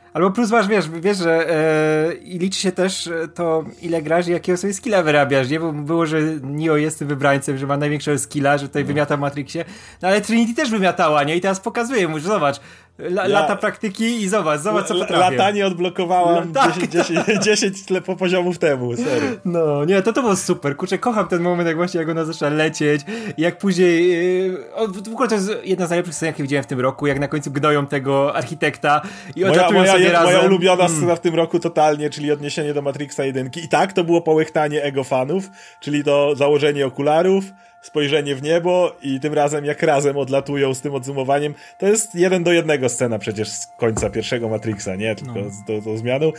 Albo plus masz, wiesz, że i liczy się też to, ile grasz i jakiego sobie skilla wyrabiasz, nie? Bo było, że Neo jest tym wybrańcem, że ma największego skilla, że tutaj wymiata w Matrixie, no ale Trinity też wymiatała, nie? I teraz pokazuje mu, że zobacz, lata praktyki i zobacz co potrafię. Latanie odblokowałam 10 poziomów temu, serio. No, nie, to było super, kurczę, kocham ten moment, jak ona zaczyna lecieć, jak później, w ogóle to jest jedna z najlepszych scen, jakie widziałem w tym roku, jak na końcu gnoją tego architekta i odlatują sobie razem. Moja ulubiona scena w tym roku totalnie, czyli odniesienie do Matrixa 1. I tak, to było połechtanie ego fanów, czyli to założenie okularów, spojrzenie w niebo i tym razem jak razem odlatują z tym odzumowaniem. To jest 1:1 scena przecież z końca pierwszego Matrixa, nie? Tylko z tą zmianą.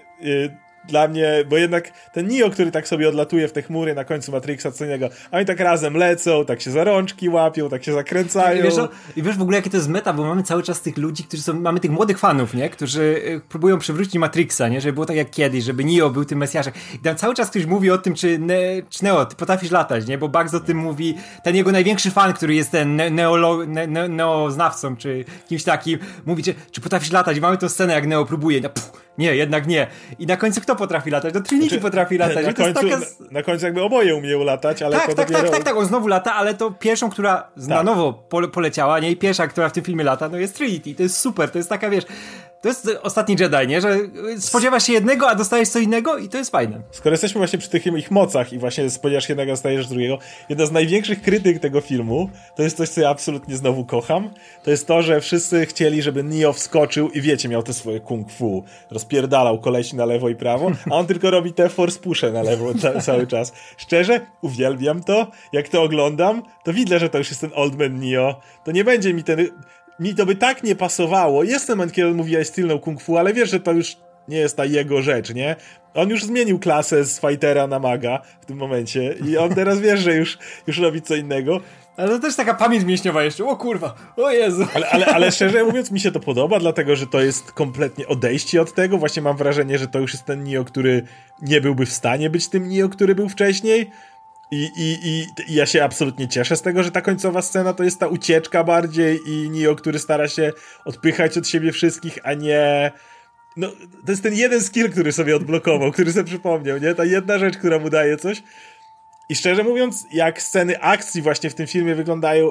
Dla mnie, bo jednak ten Neo, który tak sobie odlatuje w te chmury na końcu Matrixa, co innego, a oni tak razem lecą, tak się za rączki łapią, tak się zakręcają. I wiesz w ogóle jakie to jest meta, bo mamy cały czas tych ludzi, mamy tych młodych fanów, nie? Którzy próbują przywrócić Matrixa, nie? Żeby było tak jak kiedyś, żeby Neo był tym Mesjaszem. I tam cały czas ktoś mówi o tym, czy Neo, ty potrafisz latać, nie? Bo Bugs o tym mówi, ten jego największy fan, który jest ten neoznawcą, czy kimś takim, mówi, czy potrafisz latać? I mamy tę scenę, jak Neo próbuje, nie, jednak nie. I na końcu kto potrafi latać? No Trinity potrafi latać. Na końcu jakby oboje umieją latać, ale tak, on znowu lata, ale to pierwszą, która na nowo poleciała, nie? I pierwsza, która w tym filmie lata, no jest Trinity. To jest super, to jest taka, wiesz, to jest ostatni Jedi, nie? Że spodziewasz się jednego, a dostajesz co innego i to jest fajne. Skoro jesteśmy właśnie przy tych ich mocach i właśnie spodziewasz się jednego, dostajesz drugiego, jedna z największych krytyk tego filmu, to jest coś, co ja absolutnie znowu kocham, to jest to, że wszyscy chcieli, żeby Neo wskoczył i wiecie, miał te swoje kung fu, rozpierdalał kolesi na lewo i prawo, a on tylko robi te force pusze na lewo cały czas. Szczerze, uwielbiam to, jak to oglądam, to widzę, że to już jest ten old man Neo, to nie będzie mi to by tak nie pasowało. Jest ten moment, kiedy on mówi, I still know kung fu, ale wiesz, że to już nie jest ta jego rzecz, nie? On już zmienił klasę z fightera na maga w tym momencie i on teraz wiesz, że już robi co innego. Ale to też taka pamięć mięśniowa jeszcze, o kurwa, o Jezu. Ale szczerze mówiąc, mi się to podoba, dlatego, że to jest kompletnie odejście od tego. Właśnie mam wrażenie, że to już jest ten Neo, który nie byłby w stanie być tym Neo, który był wcześniej. I ja się absolutnie cieszę z tego, że ta końcowa scena to jest ta ucieczka bardziej i Neo, który stara się odpychać od siebie wszystkich, a nie... No, to jest ten jeden skill, który sobie odblokował, który sobie przypomniał, nie? Ta jedna rzecz, która mu daje coś. I szczerze mówiąc, jak sceny akcji właśnie w tym filmie wyglądają...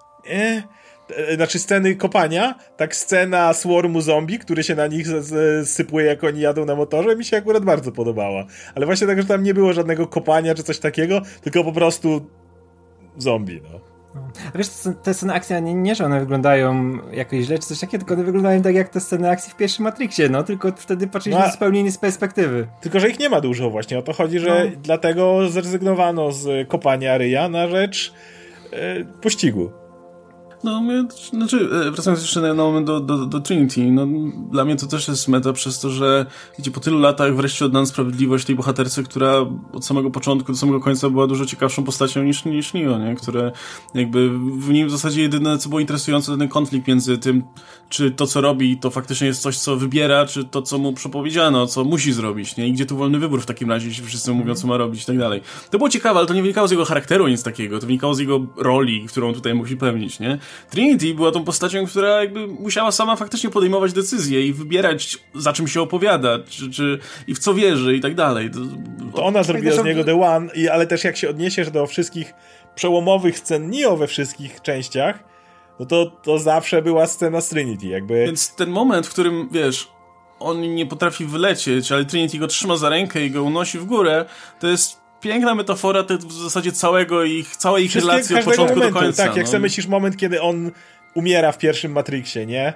Znaczy sceny kopania, tak scena swarmu zombie, który się na nich sypuje, jak oni jadą na motorze, mi się akurat bardzo podobała. Ale właśnie tak, że tam nie było żadnego kopania czy coś takiego, tylko po prostu zombie, no. A wiesz, te sceny akcji, nie, że one wyglądają jakoś źle czy coś takiego, tylko one wyglądają tak jak te sceny akcji w pierwszym Matrixie, no, tylko wtedy patrzyliśmy zupełnie innej perspektywy. Tylko, że ich nie ma dużo właśnie, o to chodzi, że dlatego zrezygnowano z kopania ryja na rzecz pościgu. No, wracając jeszcze na moment do Trinity, no dla mnie to też jest meta przez to, że wiecie, po tylu latach wreszcie oddano sprawiedliwość tej bohaterce, która od samego początku do samego końca była dużo ciekawszą postacią niż Neo, nie? Które jakby w nim w zasadzie jedyne, co było interesujące, to ten konflikt między tym, czy to, co robi, to faktycznie jest coś, co wybiera, czy to, co mu przepowiedziano, co musi zrobić, nie? I gdzie tu wolny wybór w takim razie, jeśli wszyscy mówią, co ma robić i tak dalej. To było ciekawe, ale to nie wynikało z jego charakteru nic takiego, to wynikało z jego roli, którą tutaj musi pełnić, nie? Trinity była tą postacią, która jakby musiała sama faktycznie podejmować decyzje i wybierać, za czym się opowiada, i w co wierzy i tak dalej. To ona zrobiła z niego The One, ale też jak się odniesiesz do wszystkich przełomowych scen Neo we wszystkich częściach, no to zawsze była scena z Trinity, jakby... Więc ten moment, w którym, wiesz, on nie potrafi wylecieć, ale Trinity go trzyma za rękę i go unosi w górę, to jest piękna metafora w zasadzie całej ich relacji od początku momentu, do końca. Tak, jak sobie myślisz moment, kiedy on umiera w pierwszym Matrixie, nie?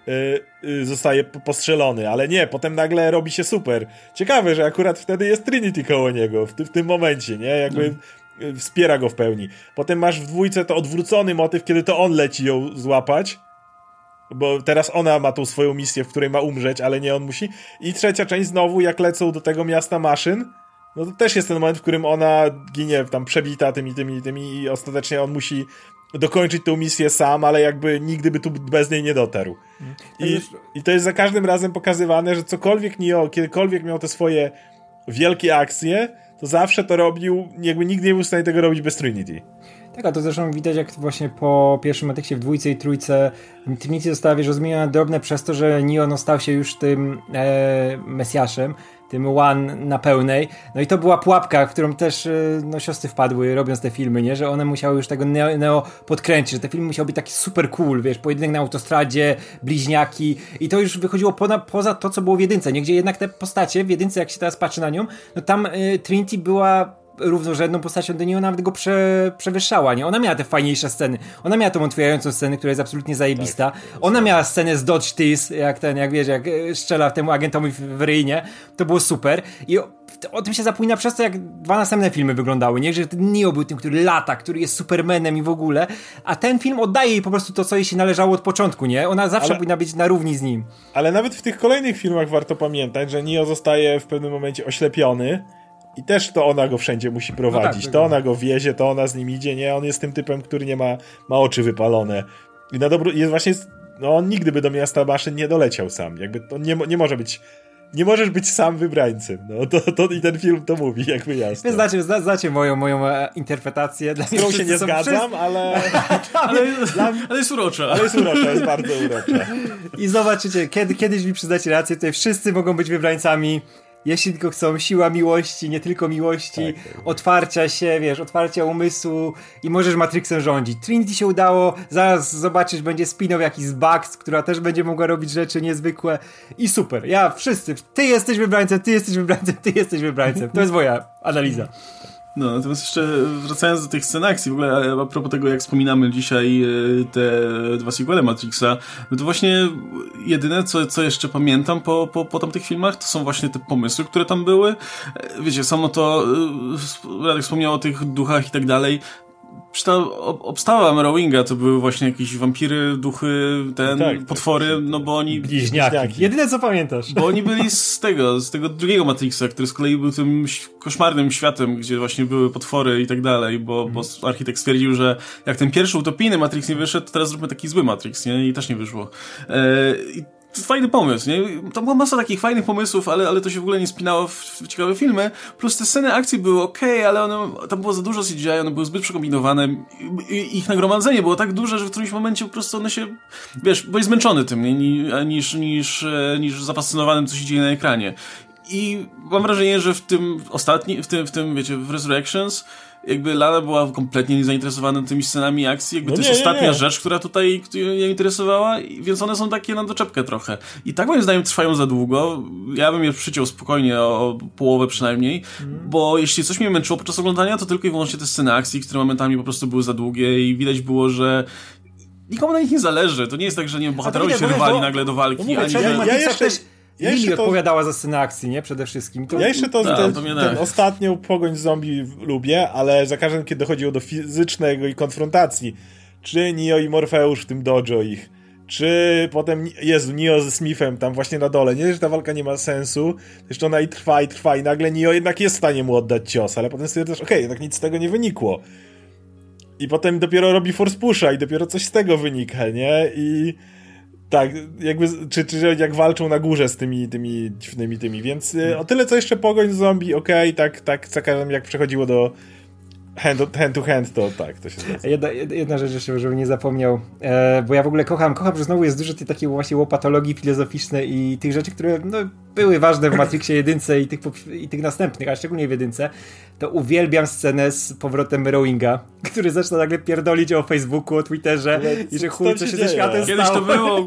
Zostaje postrzelony, ale nie, potem nagle robi się super. Ciekawe, że akurat wtedy jest Trinity koło niego, w tym momencie, nie? Jakby wspiera go w pełni. Potem masz w dwójce to odwrócony motyw, kiedy to on leci ją złapać, bo teraz ona ma tą swoją misję, w której ma umrzeć, ale nie on musi. I trzecia część znowu, jak lecą do tego miasta maszyn, no to też jest ten moment, w którym ona ginie tam przebita tymi i ostatecznie on musi dokończyć tę misję sam, ale jakby nigdy by tu bez niej nie dotarł. I to jest za każdym razem pokazywane, że cokolwiek Neo, kiedykolwiek miał te swoje wielkie akcje, to zawsze to robił, jakby nigdy nie był w stanie tego robić bez Trinity. Tak, a to zresztą widać, jak właśnie po pierwszym Matrixie w 2 i 3 Trinity została, wiesz, rozmieniona drobne przez to, że Neo stał się już tym Mesjaszem, tym One na pełnej. No i to była pułapka, w którą też siostry wpadły, robiąc te filmy, nie? Że one musiały już tego Neo podkręcić, że te filmy musiały być taki super cool, wiesz, pojedynek na autostradzie, bliźniaki i to już wychodziło poza to, co było w jedynce, nie? Gdzie jednak te postacie w jedynce, jak się teraz patrzy na nią, no tam Trinity była równorzędną postacią do niej, ona nawet go przewyższała, nie? Ona miała te fajniejsze sceny. Ona miała tą otwierającą scenę, która jest absolutnie zajebista. Tak, ona miała scenę z Dodge Tease, jak wiesz, jak strzela temu agentowi w ryj, nie? To było super. I o tym się zapomina przez to, jak 2 następne filmy wyglądały, nie? Że Neo był tym, który lata, który jest Supermanem i w ogóle, a ten film oddaje jej po prostu to, co jej się należało od początku, nie? Ona zawsze powinna być na równi z nim. Ale nawet w tych kolejnych filmach warto pamiętać, że Neo zostaje w pewnym momencie oślepiony i też to ona go wszędzie musi prowadzić. No tak, to ona go wiezie, to ona z nim idzie, nie? On jest tym typem, który nie ma oczy wypalone. I na dobro jest właśnie, no on nigdy by do miasta maszyn nie doleciał sam. Jakby to nie może być, nie możesz być sam wybrańcem. No to i ten film to mówi, jakby jasno. Znacie moją interpretację. Z którą się nie zgadzam, ale jest urocza. Ale jest urocza, jest bardzo urocza. I zobaczycie, kiedyś mi przyznacie rację, tutaj wszyscy mogą być wybrańcami, jeśli tylko chcą, siła miłości, nie tylko miłości, tak. Otwarcia się, wiesz, otwarcia umysłu i możesz Matrixem rządzić. Trinity się udało, zaraz zobaczysz, będzie spin-off jakiś z Bugs, która też będzie mogła robić rzeczy niezwykłe i super. Wszyscy, ty jesteś wybrańcem, ty jesteś wybrańcem, ty jesteś wybrańcem. To jest moja analiza. No, natomiast jeszcze wracając do tych scen akcji, w ogóle a propos tego, jak wspominamy dzisiaj te 2 sequele Matrixa, no to właśnie jedyne, co jeszcze pamiętam po tamtych filmach, to są właśnie te pomysły, które tam były. Wiecie, samo to, Radek wspomniał o tych duchach i tak dalej. Ta obstawa Merowinga to były właśnie jakieś wampiry, duchy, potwory, no bo oni... Bliźniaki. Jedyne co pamiętasz. Bo oni byli z tego drugiego Matrixa, który z kolei był tym koszmarnym światem, gdzie właśnie były potwory i tak dalej, bo architekt stwierdził, że jak ten pierwszy utopijny Matrix nie wyszedł, to teraz zróbmy taki zły Matrix, nie? I też nie wyszło. Fajny pomysł, nie? Tam była masa takich fajnych pomysłów, ale to się w ogóle nie spinało w ciekawe filmy. Plus te sceny akcji były okej, ale tam było za dużo CGI, one były zbyt przekombinowane. Ich nagromadzenie było tak duże, że w którymś momencie po prostu one się, wiesz, byłeś zmęczony tym, nie? Niż zafascynowany, co się dzieje na ekranie. I mam wrażenie, że w tym wiecie, w Resurrections jakby Lana była kompletnie niezainteresowana tymi scenami akcji, jakby to jest ostatnia rzecz, która tutaj mnie interesowała, więc one są takie na doczepkę trochę. I tak moim zdaniem trwają za długo. Ja bym je przyciął spokojnie o połowę przynajmniej, bo jeśli coś mnie męczyło podczas oglądania, to tylko i wyłącznie te sceny akcji, które momentami po prostu były za długie i widać było, że nikomu na nich nie zależy. To nie jest tak, że nie wiem, bohaterowie się rywali nagle do walki. Ja Lili odpowiadała za scenę akcji, nie? Przede wszystkim. Ja jeszcze ten ostatnią pogoń zombie lubię, ale za każdym, kiedy dochodziło do fizycznego i konfrontacji, czy Neo i Morfeusz w tym dojo ich, czy potem Neo ze Smithem tam właśnie na dole, nie, że ta walka nie ma sensu, jeszcze ona i trwa i nagle Neo jednak jest w stanie mu oddać cios, ale potem stwierdzasz, jednak nic z tego nie wynikło. I potem dopiero robi force pusha i dopiero coś z tego wynika, nie? I tak, jakby, czy jak walczą na górze z tymi dziwnymi, więc o tyle co jeszcze pogoń z zombie, tak za każdym jak przechodziło do hand to hand, to tak, to się zgadza. Jedna rzecz jeszcze, żebym nie zapomniał, bo ja w ogóle kocham, że znowu jest dużo tej takiej właśnie łopatologii filozoficznej i tych rzeczy, które były ważne w Matrixie jedynce i tych następnych, a szczególnie w jedynce, to uwielbiam scenę z powrotem Merowinga, który zaczyna nagle pierdolić o Facebooku, o Twitterze i że chuj, co się ze światem Kiedyś stało. to było,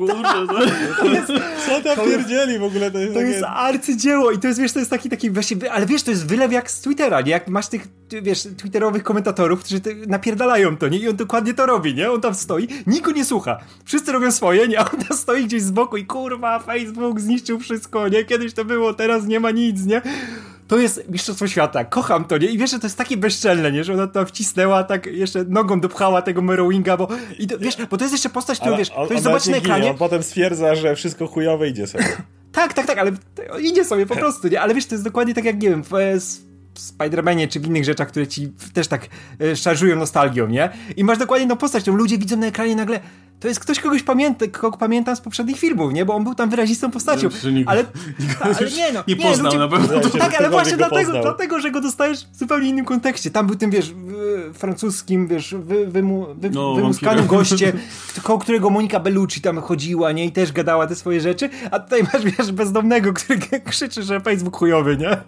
co tam pierdzieli w ogóle? To jest arcydzieło i to jest, wiesz, to jest taki właśnie, ale wiesz, to jest wylew jak z Twittera, nie? Jak masz tych, wiesz, twitterowych komentatorów, którzy napierdalają to, nie? I on dokładnie to robi, nie? On tam stoi, nikt go nie słucha. Wszyscy robią swoje, nie? A on tam stoi gdzieś z boku i kurwa, Facebook zniszczył wszystko, nie? Kiedyś to było, teraz nie ma nic, nie? To jest mistrzostwo świata, kocham to, nie? I wiesz, że to jest takie bezczelne, nie? Że ona tam wcisnęła, tak jeszcze nogą dopchała tego Merowinga, bo to jest jeszcze postać, którą, wiesz, to jest zobacz na ekranie. On potem stwierdza, że wszystko chujowe idzie sobie. Tak, ale idzie sobie po prostu, nie? Ale wiesz, to jest dokładnie tak jak, nie wiem, w Spider-Manie czy w innych rzeczach, które ci też tak szarżują nostalgią, nie? I masz dokładnie tą postać, którą ludzie widzą na ekranie nagle, to jest ktoś, kogo pamiętam z poprzednich filmów, nie? Bo on był tam wyrazistą postacią. Ale nie, no. Nie poznał ludzie, na pewno. Tak, ale właśnie dlatego, że go dostajesz w zupełnie innym kontekście. Tam był tym, wiesz, francuskim, wiesz, wymuskanym goście, koło którego Monika Bellucci tam chodziła, nie? I też gadała te swoje rzeczy, a tutaj masz, wiesz, bezdomnego, który krzyczy, że Facebook chujowy, nie?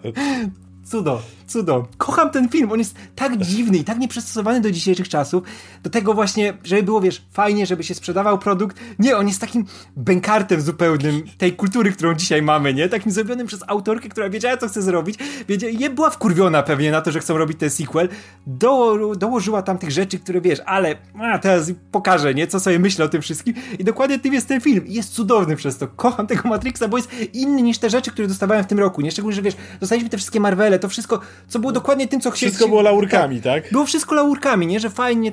Cudo. Kocham ten film, on jest tak dziwny i tak nieprzystosowany do dzisiejszych czasów, do tego właśnie, żeby było, wiesz, fajnie, żeby się sprzedawał produkt. Nie, on jest takim bękartem zupełnym tej kultury, którą dzisiaj mamy, nie? Takim zrobionym przez autorkę, która wiedziała, co chce zrobić. Była wkurwiona pewnie na to, że chcą robić ten sequel. Dołożyła tam tych rzeczy, które, wiesz, ale teraz pokażę, nie? Co sobie myślę o tym wszystkim. I dokładnie tym jest ten film. Jest cudowny przez to. Kocham tego Matrixa, bo jest inny niż te rzeczy, które dostawałem w tym roku, nie? Szczególnie, że, wiesz, dostaliśmy te wszystkie Marvele, to wszystko, co było dokładnie tym, co chcieliśmy. Wszystko było laurkami, tak? Było wszystko laurkami, nie? Że fajnie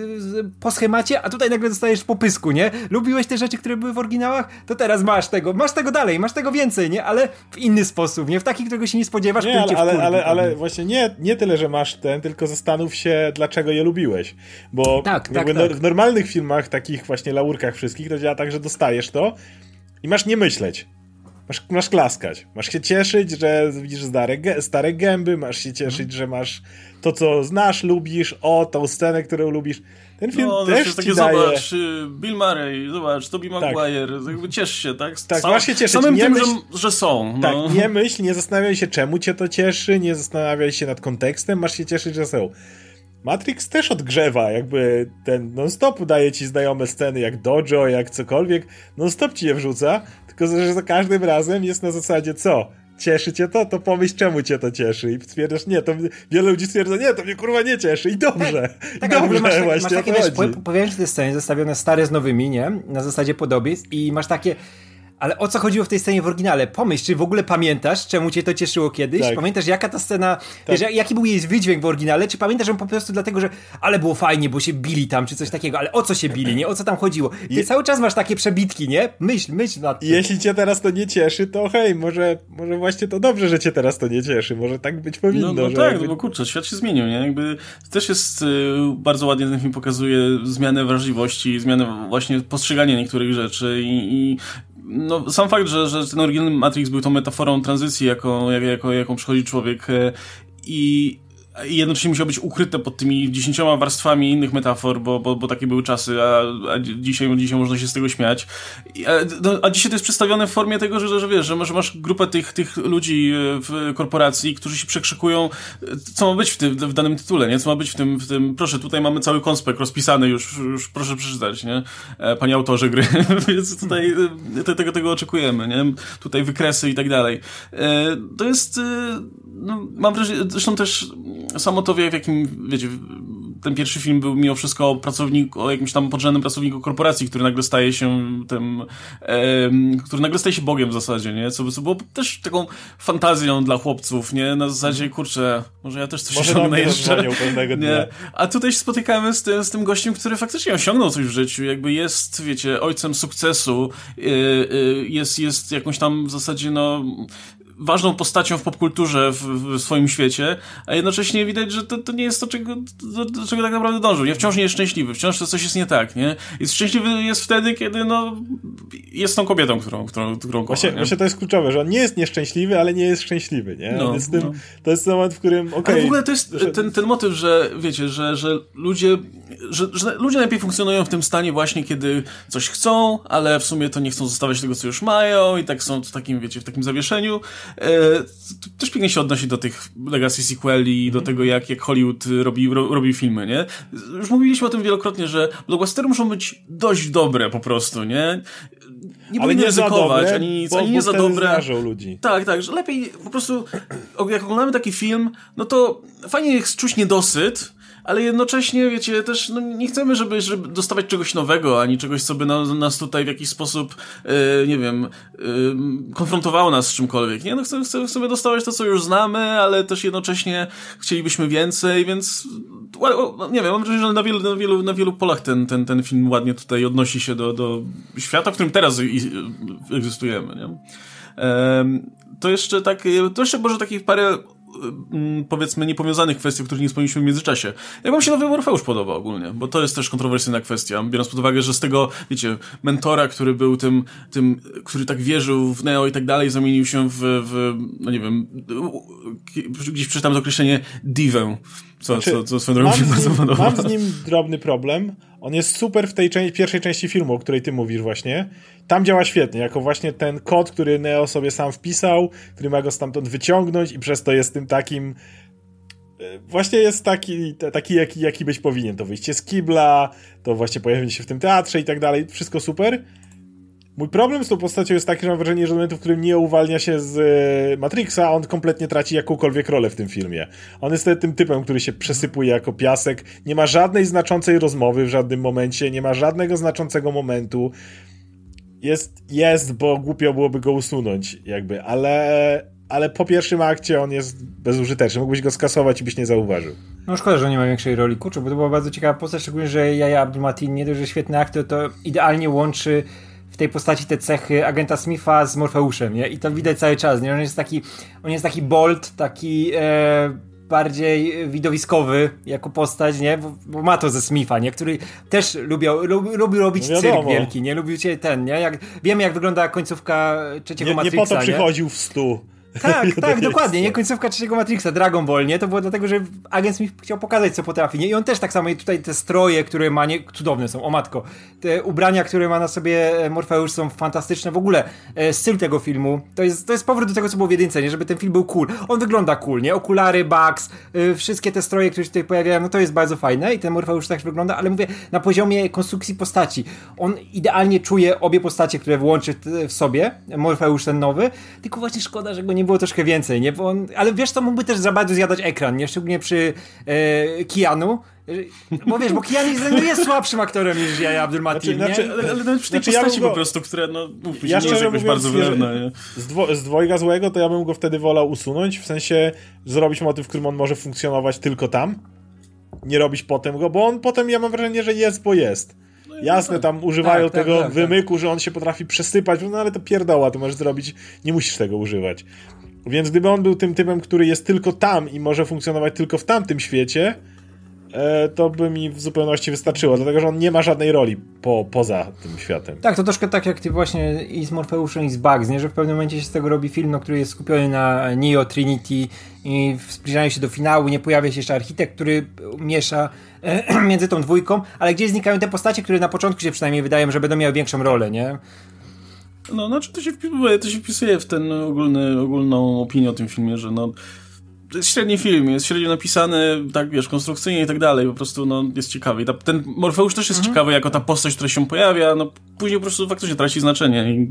po schemacie, a tutaj nagle dostajesz po pysku, nie? Lubiłeś te rzeczy, które były w oryginałach? To teraz masz tego dalej, masz tego więcej, nie? Ale w inny sposób, nie? W taki, którego się nie spodziewasz. Nie, ale właśnie nie tyle, że masz tylko zastanów się, dlaczego je lubiłeś. Bo w normalnych filmach, takich właśnie laurkach wszystkich, to działa tak, że dostajesz to i masz nie myśleć. Masz klaskać. Masz się cieszyć, że widzisz stare gęby, masz się cieszyć, że masz to, co znasz, lubisz, tą scenę, którą lubisz. Ten film też ci daje... Zobacz, Bill Murray, zobacz, Tobey Maguire, jakby ciesz się, tak? Tak, masz się cieszyć. Samym tym, że są. Tak, nie myśl, nie zastanawiaj się, czemu cię to cieszy, nie zastanawiaj się nad kontekstem, masz się cieszyć, że są. Matrix też odgrzewa, jakby ten non-stop daje ci znajome sceny, jak Dojo, jak cokolwiek, non-stop ci je wrzuca, tylko że za każdym razem jest na zasadzie co? Cieszy cię to? To pomyśl, czemu cię to cieszy. I stwierdzasz, nie, to wiele ludzi stwierdza, nie, to mnie kurwa nie cieszy. I dobrze. Tak, dobrze, masz takie, wiesz, pojawiają się te sceny zestawione stare z nowymi, nie? Na zasadzie podobieństw i masz takie... Ale o co chodziło w tej scenie w oryginale? Pomyśl, czy w ogóle pamiętasz, czemu cię to cieszyło kiedyś? Tak. Pamiętasz, jaka ta scena, wiesz, jaki był jej wydźwięk w oryginale? Czy pamiętasz ją po prostu dlatego, że ale było fajnie, bo się bili tam, czy coś takiego, ale o co się bili, nie? O co tam chodziło? Ty cały czas masz takie przebitki, nie? Myśl nad tym. Jeśli cię teraz to nie cieszy, to hej, może właśnie to dobrze, że cię teraz to nie cieszy. Może tak być powinno. No tak, bo kurczę, świat się zmienił, nie? Jakby też jest, bardzo ładnie ten film pokazuje zmianę wrażliwości, zmianę właśnie postrzegania niektórych rzeczy i no, sam fakt, że ten oryginalny Matrix był tą metaforą tranzycji, jaką przechodzi człowiek i jednocześnie musiał być ukryte pod tymi 10 warstwami innych metafor, bo takie były czasy, a dzisiaj można się z tego śmiać. A dzisiaj to jest przedstawione w formie tego, że wiesz, że masz grupę tych ludzi w korporacji, którzy się przekrzykują, co ma być w danym tytule, nie? Co ma być w tym, proszę, tutaj mamy cały konspekt rozpisany, już proszę przeczytać, nie? Panie autorze gry, więc tutaj tego oczekujemy, nie? Tutaj wykresy i tak dalej. To jest, no, mam wrażenie, zresztą też samo to wie, w jakim, wiecie, ten pierwszy film był mimo wszystko o jakimś tam podrzędnym pracowniku korporacji, który nagle staje się Bogiem w zasadzie, nie? Co było też taką fantazją dla chłopców, nie? Na zasadzie, kurczę, może ja też coś osiągnę jeszcze. Nie? A tutaj się spotykamy z tym gościem, który faktycznie osiągnął coś w życiu, jakby jest, wiecie, ojcem sukcesu, jest jakąś tam w zasadzie, no, ważną postacią w popkulturze w swoim świecie, a jednocześnie widać, że to nie jest to, do czego tak naprawdę dążył. Nie? Wciąż nie jest szczęśliwy, wciąż coś jest nie tak, nie? Jest szczęśliwy jest wtedy, kiedy, no, jest tą kobietą, którą kocha. Właśnie to jest kluczowe, że on nie jest nieszczęśliwy, ale nie jest szczęśliwy, nie? No, to jest ten moment, w którym, ale w ogóle to jest ten motyw, że wiecie, że ludzie najlepiej funkcjonują w tym stanie właśnie, kiedy coś chcą, ale w sumie to nie chcą zostawiać tego, co już mają i tak są w takim, wiecie, w takim zawieszeniu. Też pięknie się odnosi do tych legacy sequeli i do tego, jak Hollywood robi filmy, nie? Już mówiliśmy o tym wielokrotnie, że blockbustery muszą być dość dobre po prostu, nie? Nie powinny ryzykować, ani nic, ani nie za dobre. Ludzi. Tak, że lepiej po prostu, jak oglądamy taki film, no to fajnie jest czuć niedosyt, ale jednocześnie, wiecie, też no, nie chcemy, żeby dostawać czegoś nowego, ani czegoś, co by nas tutaj w jakiś sposób, nie wiem, konfrontowało nas z czymkolwiek, nie? No chcemy dostawać to, co już znamy, ale też jednocześnie chcielibyśmy więcej, więc nie wiem, mam wrażenie, że na wielu polach ten film ładnie tutaj odnosi się do świata, w którym teraz egzystujemy, nie? To jeszcze może takich parę powiedzmy niepowiązanych kwestii, o których nie wspomnieliśmy w międzyczasie. Jak wam się nowy Morfeusz podoba ogólnie? Bo to jest też kontrowersyjna kwestia, biorąc pod uwagę, że z tego, wiecie, mentora, który był tym, który tak wierzył w Neo i tak dalej, zamienił się w no nie wiem, gdzieś przeczytałem to określenie divę, co swoją drogą się bardzo podoba. Mam z nim drobny problem. On jest super w tej pierwszej części filmu, o której ty mówisz właśnie. Tam działa świetnie, jako właśnie ten kod, który Neo sobie sam wpisał, który ma go stamtąd wyciągnąć i przez to jest tym takim... Właśnie jest taki jaki być powinien. To wyjście z kibla, to właśnie pojawienie się w tym teatrze i tak dalej. Wszystko super. Mój problem z tą postacią jest taki, że mam wrażenie, że w momentu, w którym nie uwalnia się z Matrixa, on kompletnie traci jakąkolwiek rolę w tym filmie. On jest tym typem, który się przesypuje jako piasek. Nie ma żadnej znaczącej rozmowy w żadnym momencie, nie ma żadnego znaczącego momentu. Jest, bo głupio byłoby go usunąć, jakby, ale po pierwszym akcie on jest bezużyteczny. Mógłbyś go skasować i byś nie zauważył. No szkoda, że nie ma większej roli, kurczę, bo to była bardzo ciekawa postać, szczególnie, że Yahya Abdul-Mateen nie dość, że świetny aktor, to idealnie łączy w tej postaci te cechy agenta Smitha z Morfeuszem, nie? I to widać cały czas, nie? On jest taki bold, taki bardziej widowiskowy jako postać, nie? Bo ma to ze Smitha, nie? Który też lubił robić cyrk wielki, nie? Lubił cię nie? Wiemy, jak wygląda końcówka trzeciego Matrixa, nie po to przychodził w 100. Tak, dokładnie, nie? Końcówka trzeciego Matrixa, Dragon Ball, nie? To było dlatego, że agent Smith chciał pokazać, co potrafi, nie? I on też tak samo, tutaj te stroje, które ma, nie? Cudowne są, o matko. Te ubrania, które ma na sobie Morfeusz, są fantastyczne. W ogóle styl tego filmu, to jest powrót do tego, co było w jedynce, nie? Żeby ten film był cool. On wygląda cool, nie? Okulary, bugs, wszystkie te stroje, które się tutaj pojawiają, no to jest bardzo fajne i ten Morfeusz tak wygląda, ale mówię, na poziomie konstrukcji postaci. On idealnie czuje obie postacie, które włączy w sobie, Morfeusz ten nowy, tylko właśnie szkoda, że go nie było troszkę więcej, nie? Ale wiesz co, mógłby też za bardzo zjadać ekran, nie? Szczególnie przy Keanu. Bo wiesz, bo Keanu jest słabszym aktorem niż Yahya Abdul-Mateen, ale nawet przy tej postaci po prostu, która nie jest jakoś bardzo wyraźna, nie? Z dwojga złego to ja bym go wtedy wolał usunąć, w sensie zrobić motyw, w którym on może funkcjonować tylko tam, nie robić potem go, bo on potem, ja mam wrażenie, że jest, bo jest. Jasne, tam używają tego wymyku, że on się potrafi przesypać, no ale to pierdoła, to możesz zrobić, nie musisz tego używać. Więc gdyby on był tym typem, który jest tylko tam i może funkcjonować tylko w tamtym świecie, to by mi w zupełności wystarczyło, dlatego że on nie ma żadnej roli poza tym światem. Tak, to troszkę tak jak ty właśnie i z Morfeuszem i z Bugs, nie? Że w pewnym momencie się z tego robi film, no, który jest skupiony na Neo, Trinity i w zbliżaniu się do finału nie pojawia się jeszcze architekt, który miesza między tą dwójką, ale gdzieś znikają te postacie, które na początku się przynajmniej wydają, że będą miały większą rolę, nie? No, znaczy to się wpisuje w ten ogólną opinię o tym filmie, że to jest średni film, jest średnio napisany, tak wiesz, konstrukcyjnie i tak dalej, po prostu jest ciekawy. I ten Morfeusz też jest ciekawy jako ta postać, która się pojawia, później po prostu faktycznie traci znaczenie i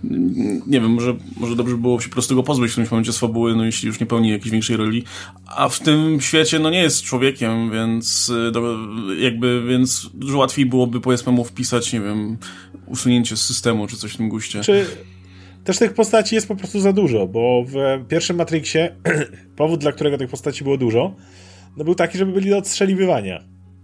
nie wiem, może dobrze było się po prostu go pozbyć w którymś momencie z fabuły, jeśli już nie pełni jakiejś większej roli, a w tym świecie, nie jest człowiekiem, więc więc dużo łatwiej byłoby, powiedzmy mu wpisać, nie wiem, usunięcie z systemu, czy coś w tym guście. Też tych postaci jest po prostu za dużo, bo w pierwszym Matrixie powód, dla którego tych postaci było dużo, był taki, żeby byli do odstrzeliwywania.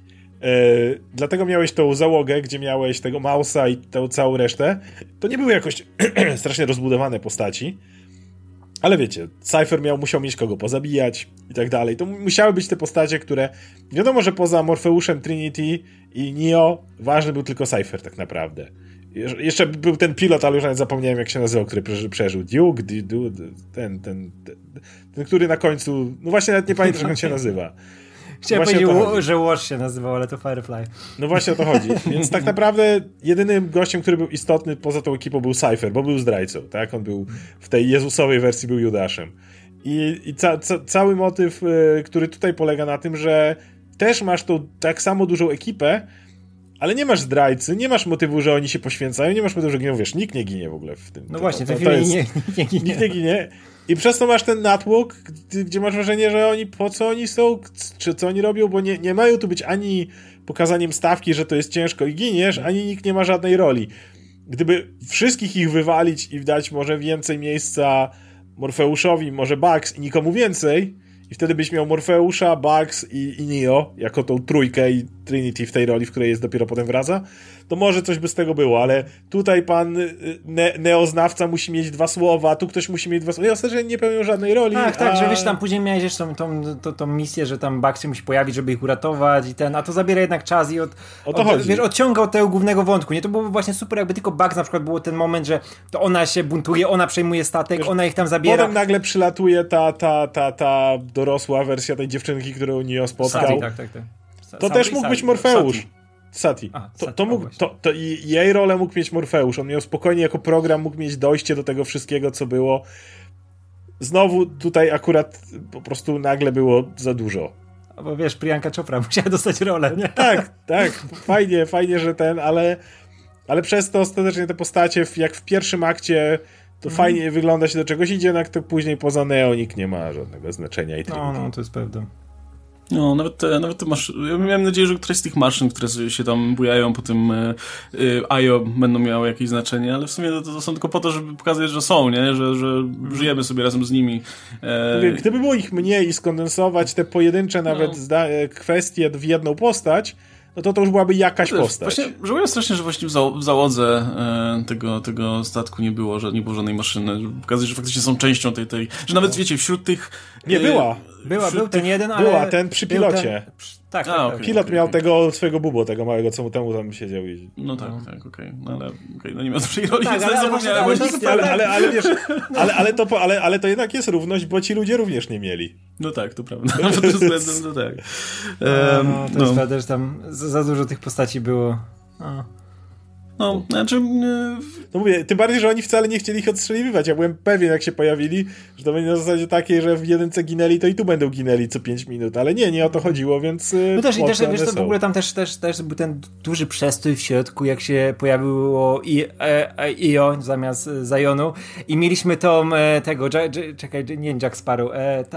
Dlatego miałeś tą załogę, gdzie miałeś tego Mausa i tę całą resztę. To nie były jakoś strasznie rozbudowane postaci, ale wiecie, Cypher musiał mieć kogo pozabijać i tak dalej. To musiały być te postacie, które... Wiadomo, że poza Morfeuszem, Trinity i Neo ważny był tylko Cypher tak naprawdę. Jeszcze był ten pilot, ale już nawet zapomniałem, jak się nazywał, który przeżył. Duke? Ten, który na końcu... No właśnie, nawet nie pamiętam, jak on się nazywa. Chciałem powiedzieć, że Watch się nazywał, ale to Firefly. No właśnie o to chodzi. Więc tak naprawdę jedynym gościem, który był istotny poza tą ekipą, był Cypher, bo był zdrajcą, tak? On był w tej Jezusowej wersji był Judaszem. I cały motyw, który tutaj polega na tym, że też masz tą tak samo dużą ekipę, ale nie masz zdrajcy, nie masz motywu, że oni się poświęcają, nie masz motywu, że giną, wiesz, nikt nie ginie w ogóle w tym. No właśnie, ten film nie ginie. Nikt nie ginie. I przez to masz ten natłok, gdzie masz wrażenie, że oni, po co oni są, czy co oni robią, bo nie mają tu być ani pokazaniem stawki, że to jest ciężko i giniesz, ani nikt nie ma żadnej roli. Gdyby wszystkich ich wywalić i dać może więcej miejsca Morfeuszowi, może Bugs i nikomu więcej, i wtedy byś miał Morfeusza, Bugs i Neo jako tą trójkę i Trinity w tej roli, w której jest dopiero potem wraca, to może coś by z tego było, ale tutaj pan neoznawca musi mieć 2 słowa, tu ktoś musi mieć 2 słowa. Ja ostatecznie nie pełnią żadnej roli. Tak, że wiesz, tam później miałeś jeszcze tą misję, że tam Bugsy musi pojawić, żeby ich uratować a to zabiera jednak czas i odciąga od tego głównego wątku, nie? To byłoby właśnie super, jakby tylko Bugs na przykład było ten moment, że to ona się buntuje, ona przejmuje statek, wiesz, ona ich tam zabiera. Potem nagle przylatuje ta dorosła wersja tej dziewczynki, którą Neo spotkał. Sati, tak. To też mógł być Morfeusz. Sati. Jej rolę mógł mieć Morfeusz. On miał spokojnie jako program, mógł mieć dojście do tego wszystkiego, co było. Znowu tutaj akurat po prostu nagle było za dużo. Bo wiesz, Priyanka Chopra musiała dostać rolę, nie? Tak. Fajnie, że ale przez to ostatecznie te postacie, jak w pierwszym akcie, to fajnie wygląda się do czegoś idzie, jednak to później poza Neo nikt nie ma żadnego znaczenia. No, to jest prawda. No, nawet te maszyny. Ja miałem nadzieję, że któraś z tych maszyn, które się tam bujają po tym IO, będą miały jakieś znaczenie, ale w sumie to są tylko po to, żeby pokazać, że są, nie? Że żyjemy sobie razem z nimi. Gdyby było ich mniej i skondensować te pojedyncze nawet kwestie w jedną postać, no to już byłaby jakaś postać. Właśnie żałuję strasznie, że właśnie w załodze tego statku nie było żadnej maszyny. Żeby pokazać, że faktycznie są częścią tej że nawet wiecie, wśród tych... Nie była. Był ten jeden, ale... Była, ten przy pilocie. Tak. Pilot miał tego swojego bubo, tego małego, co mu temu tam siedział. No tak, okej. No ale no nie miał dużej roli, tak, więc zapomniałem. Ale wiesz, ale to jednak jest równość, bo ci ludzie również nie mieli. No tak, to prawda. Pod tym względem, to tak. To jest prawda, że tam za dużo tych postaci było. No, znaczy... No mówię, tym bardziej, że oni wcale nie chcieli ich odstrzeliwywać. Ja byłem pewien, jak się pojawili, że to będzie na zasadzie takiej, że w jedynce ginęli, to i tu będą ginęli co 5 minut, ale nie o to chodziło, więc... No też, i też, wiesz, to w ogóle tam też był ten duży przestój w środku, jak się pojawiło IO zamiast Zionu i mieliśmy tą czekaj, nie Jack Sparrow,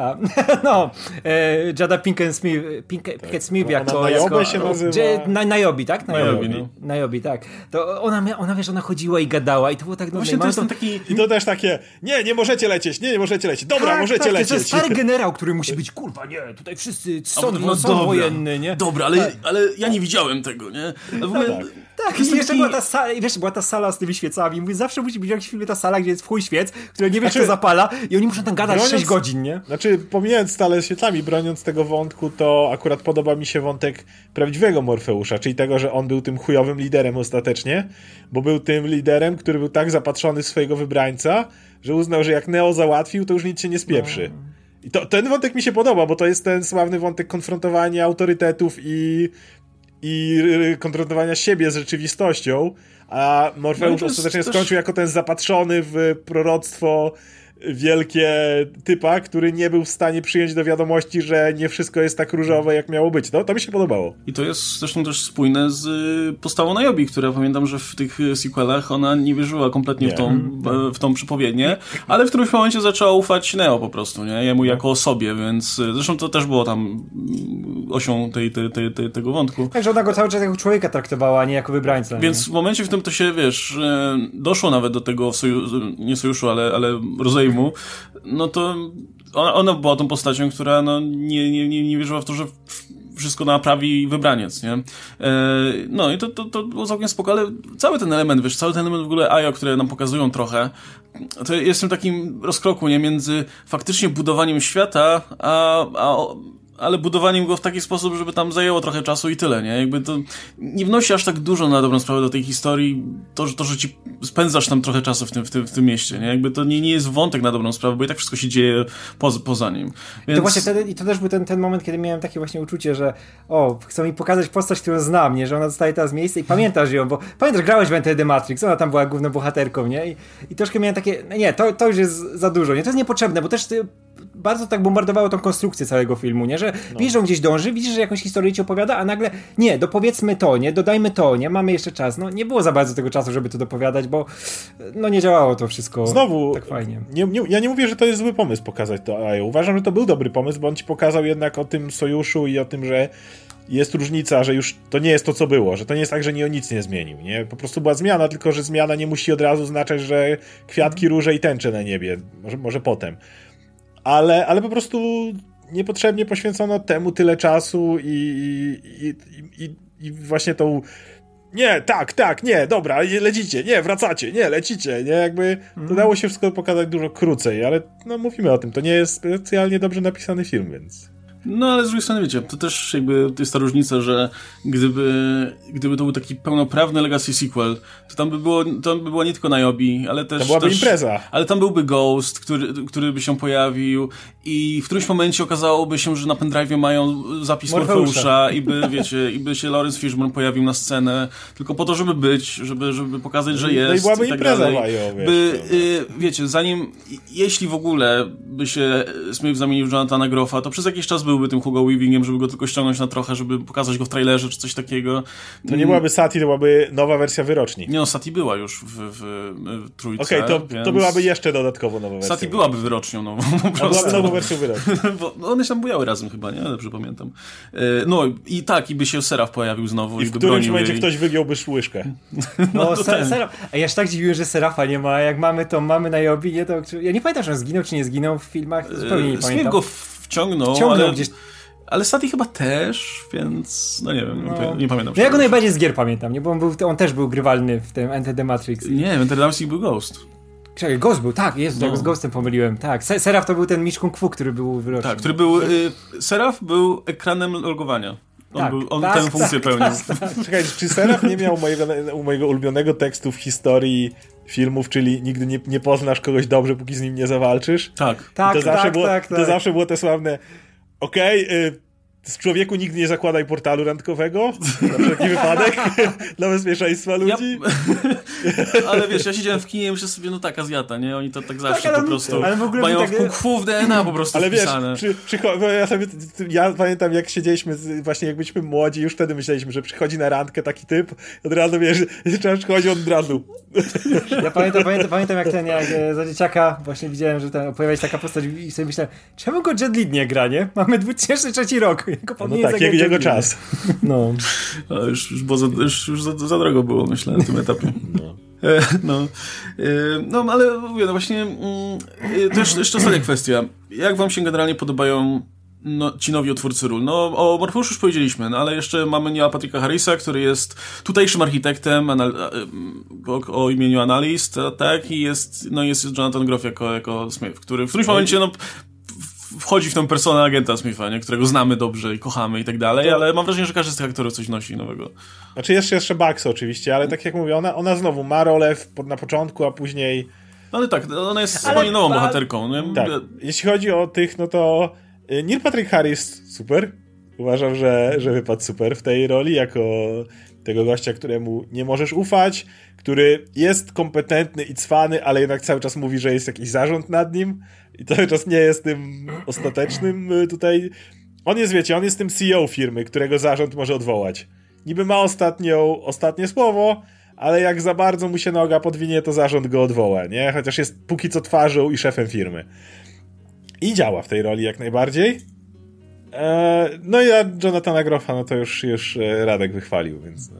Jada Pinkett Smith jako... Niobe się nazywa? Niobe, tak? Niobe, tak. To ona wiesz, ona chodziła i gadała i to było tak dobrze. Właśnie to jest taki... I to też takie, nie możecie lecieć. Dobra, możecie lecieć. To jest stary generał, który musi być, tutaj wszyscy sąd wojenny, nie? Dobra, ale ja nie widziałem tego, nie? W ogóle... Tak, i jeszcze była ta sala, była ta sala z tymi świecami. Mówię, zawsze musi być w jakimś filmie ta sala, gdzie jest w chuj świec, które nie wiesz, kto zapala i oni muszą tam gadać 6 godzin, nie? Znaczy, pomijając stale świetlami, broniąc tego wątku, to akurat podoba mi się wątek prawdziwego Morfeusza, czyli tego, że on był tym chujowym liderem ostatecznie, bo był tym liderem, który był tak zapatrzony w swojego wybrańca, że uznał, że jak Neo załatwił, to już nic się nie spieprzy. I ten wątek mi się podoba, bo to jest ten sławny wątek konfrontowania autorytetów i konfrontowania siebie z rzeczywistością, a Morfeusz ostatecznie skończył jako ten zapatrzony w proroctwo wielkie typa, który nie był w stanie przyjąć do wiadomości, że nie wszystko jest tak różowe, jak miało być. To mi się podobało. I to jest zresztą też spójne z postawą Niobe, która pamiętam, że w tych sequelach ona nie wierzyła kompletnie w tą przypowiednię, ale w którymś momencie zaczęła ufać Neo po prostu, nie? Jemu jako osobie, więc zresztą to też było tam osią tego wątku. Także ona go cały czas jako człowieka traktowała, a nie jako wybrańca. Więc w momencie, w którym to się, wiesz, doszło nawet do tego nie sojuszu, ale rozejmu, no to ona była tą postacią, która nie wierzyła w to, że wszystko naprawi wybraniec, nie? No i to było całkiem spoko, ale cały ten element w ogóle IO, które nam pokazują trochę, to jest w tym takim rozkroku, nie? Między faktycznie budowaniem świata, ale budowaniem go w taki sposób, żeby tam zajęło trochę czasu i tyle, nie? Jakby to nie wnosi aż tak dużo na dobrą sprawę do tej historii, to że ci spędzasz tam trochę czasu w tym mieście, nie? Jakby to nie jest wątek na dobrą sprawę, bo i tak wszystko się dzieje poza nim. Więc... To właśnie wtedy, i to też był ten moment, kiedy miałem takie właśnie uczucie, że chcą mi pokazać postać, którą znam, nie? Że ona zostaje teraz z miejsca i pamiętasz ją, bo pamiętasz, grałeś w Enter the Matrix, ona tam była główną bohaterką, nie? I troszkę miałem takie, nie, to już jest za dużo, nie? To jest niepotrzebne, bo też bardzo tak bombardowało tą konstrukcję całego filmu, nie? Że widzisz, że on gdzieś dąży, widzisz, że jakąś historię ci opowiada, a nagle nie, dopowiedzmy to, nie? Dodajmy to, nie? Mamy jeszcze czas. No nie było za bardzo tego czasu, żeby to dopowiadać, bo nie działało to wszystko znowu tak fajnie. Ja nie mówię, że to jest zły pomysł pokazać to, a ja uważam, że to był dobry pomysł, bo on ci pokazał jednak o tym sojuszu i o tym, że jest różnica, że już to nie jest to, co było, że to nie jest tak, że Neo nic nie zmienił, nie? Po prostu była zmiana, tylko że zmiana nie musi od razu znaczyć, że kwiatki, róże i tęcze na niebie. Może potem. Ale po prostu niepotrzebnie poświęcono temu tyle czasu i właśnie tą nie, tak, nie, dobra, lecicie, nie, wracacie, nie, lecicie, nie, jakby to dało się wszystko pokazać dużo krócej, ale no mówimy o tym, to nie jest specjalnie dobrze napisany film, więc... No ale z drugiej strony, wiecie, to też jakby to jest ta różnica, że gdyby to był taki pełnoprawny Legacy sequel, to tam by była nie tylko Niobe, ale też... To byłaby impreza. Ale tam byłby Ghost, który by się pojawił i w którymś momencie okazałoby się, że na pendrive'ie mają zapis Morfeusza i by się Lawrence Fishburne pojawił na scenę, tylko po to, żeby być, żeby pokazać, że jest. No i byłaby i tak impreza dalej. Wiecie, jeśli w ogóle by się Smith zamienił w Jonathana Groffa, to przez jakiś czas byłby tym Hugo Weavingiem, żeby go tylko ściągnąć na trochę, żeby pokazać go w trailerze, czy coś takiego. To nie byłaby Sati, to byłaby nowa wersja Wyroczni. Nie no, Sati była już w trójce. Okej, to byłaby jeszcze dodatkowo nowa wersja. Sati byłaby wyrocznią nową. Byłaby nową wersją Wyroczni. Bo one się tam bujały razem chyba, nie? Dobrze pamiętam. No i tak, i by się Seraf pojawił znowu. I w którymś momencie ktoś wygiąłby łyżkę. No, Seraf. A ja się tak dziwiłem, że Serafa nie ma. Jak mamy na Niobe, nie, to... Ja nie pamiętam, że on zginął, czy nie zginął w filmach. Zupełnie nie pamiętam. Smith go wciągnął ale... gdzieś... Ale Sati chyba też, więc no nie wiem, nie pamiętam. No ja go najbardziej z gier pamiętam, nie? Bo on też był grywalny w tym Enter the Matrix. Nie, w Enter the Matrix był Ghost. Czekaj, Ghost był, tak, jest, z Ghostem pomyliłem, tak. Seraf to był ten Mistrz Kung Fu, który był wyroczny. Tak, który był, Seraf był ekranem logowania. On tę funkcję pełnił. Czekaj, czy Seraf nie miał mojego ulubionego tekstu w historii filmów, czyli nigdy nie poznasz kogoś dobrze, póki z nim nie zawalczysz? Tak. To zawsze było te sławne z człowieku nigdy nie zakładaj portalu randkowego, na wszelki wypadek, dla bezpieczeństwa ludzi. Ale wiesz, ja siedziałem w kinie i myślę sobie, no tak, Azjata, nie? Oni to tak zawsze po prostu mają tak... w kung fu w DNA po prostu ale wpisane. Wiesz, ja pamiętam, jak siedzieliśmy, właśnie jak byliśmy młodzi, już wtedy myśleliśmy, że przychodzi na randkę taki typ, od razu wiesz, trzeba przychodzi od razu. Ja pamiętam jak za dzieciaka właśnie widziałem, że pojawia się taka postać i sobie myślałem, czemu go Jet Li nie gra, nie? Mamy 2003 rok. No tak, jego czas. No. Już za drogo było, myślę, na tym etapie. No, ale mówię, no właśnie to jeszcze ostatnia kwestia. Jak wam się generalnie podobają ci nowi twórcy ról? No, o Morfeuszu już powiedzieliśmy, no, ale jeszcze mamy Neila Patricka Harrisa, który jest tutejszym architektem o imieniu Analyst, tak? I jest Jonathan Groff jako Smith, który w którymś momencie wchodzi w tę personę agenta Smitha, nie? Którego znamy dobrze i kochamy i tak dalej, ale mam wrażenie, że każdy z tych aktorów coś nosi nowego. Znaczy jeszcze Bugs oczywiście, ale tak jak mówię, ona znowu ma rolę na początku, a później... No ale tak, ona jest zupełnie nową bohaterką. Nie? Tak, jeśli chodzi o tych, no to Neil Patrick Harris super. Uważam, że wypadł super w tej roli, jako tego gościa, któremu nie możesz ufać, który jest kompetentny i cwany, ale jednak cały czas mówi, że jest jakiś zarząd nad nim i cały czas nie jest tym ostatecznym tutaj. On jest tym CEO firmy, którego zarząd może odwołać. Niby ma ostatnie słowo, ale jak za bardzo mu się noga podwinie, to zarząd go odwoła, nie? Chociaż jest póki co twarzą i szefem firmy. I działa w tej roli jak najbardziej. No i Jonathana Groffa, no to już Radek wychwalił, więc...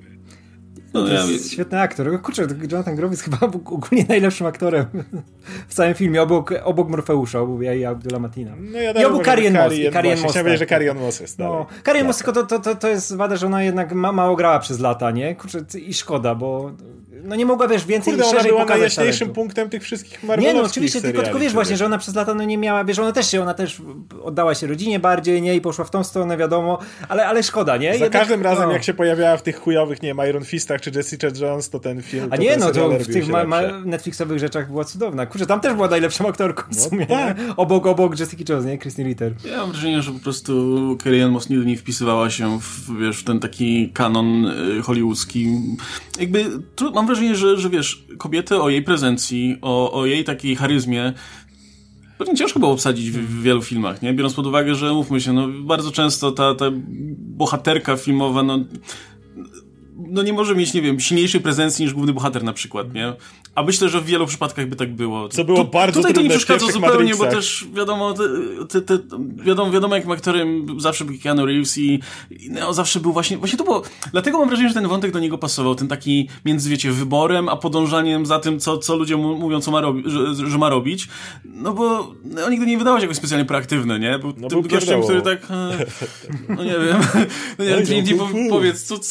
To jest świetny aktor. Kurczę, Jonathan Groff jest chyba ogólnie najlepszym aktorem w całym filmie, obok Morfeusza, obok i Abdullah Matina. No ja i obok Carrie Moss. Chciałem powiedzieć, że Carrie Moss jest dalej. Carrie Moss, tylko to jest wada, że ona jednak mało grała przez lata, nie? Kurczę, i szkoda, bo no nie mogła, wiesz, więcej szerzej pokazać ona była najjaśniejszym punktem tych wszystkich marvelowskich Nie, no oczywiście, tylko wiesz właśnie, że ona przez lata nie miała, wiesz, ona też oddała się rodzinie bardziej, nie? I poszła w tą stronę, wiadomo, ale szkoda, nie? Za każdym razem, jak się pojawiała w tych chujowych, nie wiem, Iron Fistach czy Jessica Jones, to ten film... to w tych Netflixowych rzeczach była cudowna. Kurczę, tam też była najlepszą aktorką w sumie, tak. Obok Jessica Jones, nie? Kristen Ritter. Ja mam wrażenie, że po prostu Carrie Moss nigdy nie wpisywała się w ten taki kanon hollywoodzki. Jakby, tu mam wrażenie, że wiesz, kobiety o jej prezencji, o jej takiej charyzmie pewnie ciężko było obsadzić w wielu filmach, nie? Biorąc pod uwagę, że mówmy się, no bardzo często ta bohaterka filmowa, no nie może mieć, nie wiem, silniejszej prezencji niż główny bohater na przykład, nie? A myślę, że w wielu przypadkach by tak było. Co było bardzo tutaj to nie trudne w przeszkadza pierwszych zupełnie, Matrixach. bo też wiadomo jakim aktorem zawsze był Keanu Reeves i Neo zawsze był właśnie to było, dlatego mam wrażenie, że ten wątek do niego pasował, ten taki między, wiecie, wyborem, a podążaniem za tym, co ludzie mówią, co ma że ma robić, no bo Neo nigdy nie wydawał się jakoś specjalnie proaktywny, nie? Był tym gościem, który tak, no nie wiem, powiedz, co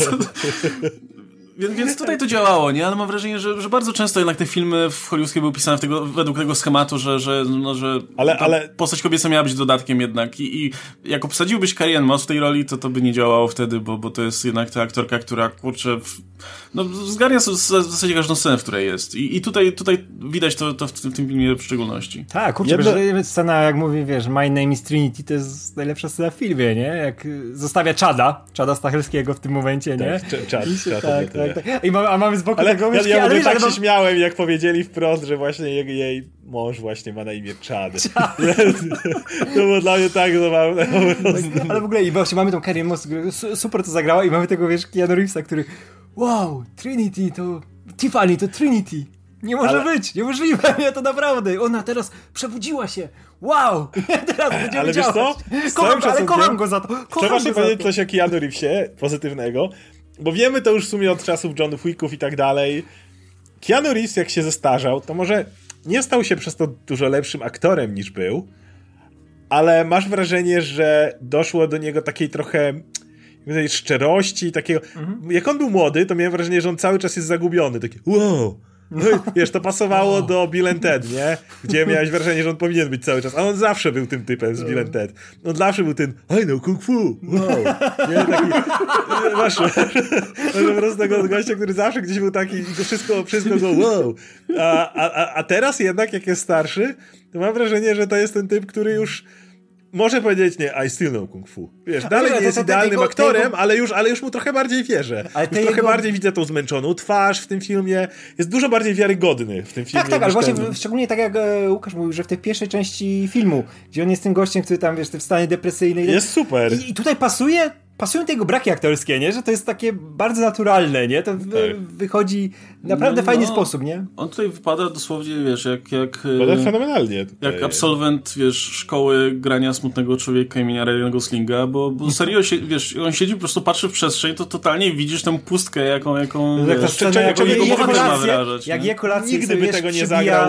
Więc tutaj to działało, nie? Ale mam wrażenie, że bardzo często jednak te filmy w hollywoodzkie były pisane według tego schematu, że postać kobieca miała być dodatkiem jednak i jak obsadziłbyś Carrie Ann Moss w tej roli, to by nie działało wtedy, bo to jest jednak ta aktorka, która, kurczę, zgarnia w zasadzie każdą scenę, w której jest. I tutaj widać to w tym filmie w szczególności. Tak, kurczę, scena, jak mówi, wiesz, My Name is Trinity, to jest najlepsza scena w filmie, nie? Jak zostawia Czada Stachelskiego w tym momencie, nie? Tak. A mamy z boku tego myszki, ja mówię, tak się śmiałem, jak powiedzieli wprost, że właśnie jej mąż właśnie ma na imię Chad. To było dla mnie tak zabawne. Ale w ogóle i właśnie mamy tą Carrie Ann Moss, super to zagrała i mamy tego, wiesz, Keanu Reevesa, który wow, Trinity to Tiffany, to Trinity. Nie może być, niemożliwe, nie, to naprawdę. Ona teraz przebudziła się. Wow! Teraz będziemy ale działać. Wiesz co? Kocham go za to. Trzeba się powiedzieć coś o Keanu Reevesie pozytywnego, bo wiemy to już w sumie od czasów Johnów Wicków i tak dalej. Keanu Reeves, jak się zestarzał, to może nie stał się przez to dużo lepszym aktorem niż był, ale masz wrażenie, że doszło do niego takiej trochę szczerości, takiego... Jak on był młody, to miałem wrażenie, że on cały czas jest zagubiony. Taki wow... No wiesz, to pasowało do Bill and Ted, nie? Gdzie miałeś wrażenie, że on powinien być cały czas. A on zawsze był tym typem z Bill and Ted. On zawsze był ten I know kung fu, wow. Nie? Taki... Masz po prostu tego gościa, który zawsze gdzieś był taki i to wszystko go wow. A teraz jednak, jak jest starszy, to mam wrażenie, że to jest ten typ, który już może powiedzieć, nie, I still know kung fu. Wiesz, dalej nie jest idealnym aktorem, ale już mu trochę bardziej wierzę. Trochę bardziej widzę tą zmęczoną twarz w tym filmie. Jest dużo bardziej wiarygodny w tym filmie. Tak, ale właśnie szczególnie tak jak Łukasz mówił, że w tej pierwszej części filmu, gdzie on jest tym gościem, który tam, wiesz, w stanie depresyjnym. Jest super. I tutaj pasują tego braki aktorskie, nie? Że to jest takie bardzo naturalne, nie? To wychodzi naprawdę fajny sposób, nie? On tutaj wypada dosłownie, wiesz, jak fenomenalnie. Jak absolwent, wiesz, szkoły grania smutnego człowieka imienia Ryanego Goslinga, bo serio, wiesz, on siedzi, po prostu patrzy w przestrzeń, to totalnie widzisz tę pustkę, jaką jego bohater ma wyrażać. Jak je kolację, nigdy by tego nie zagrał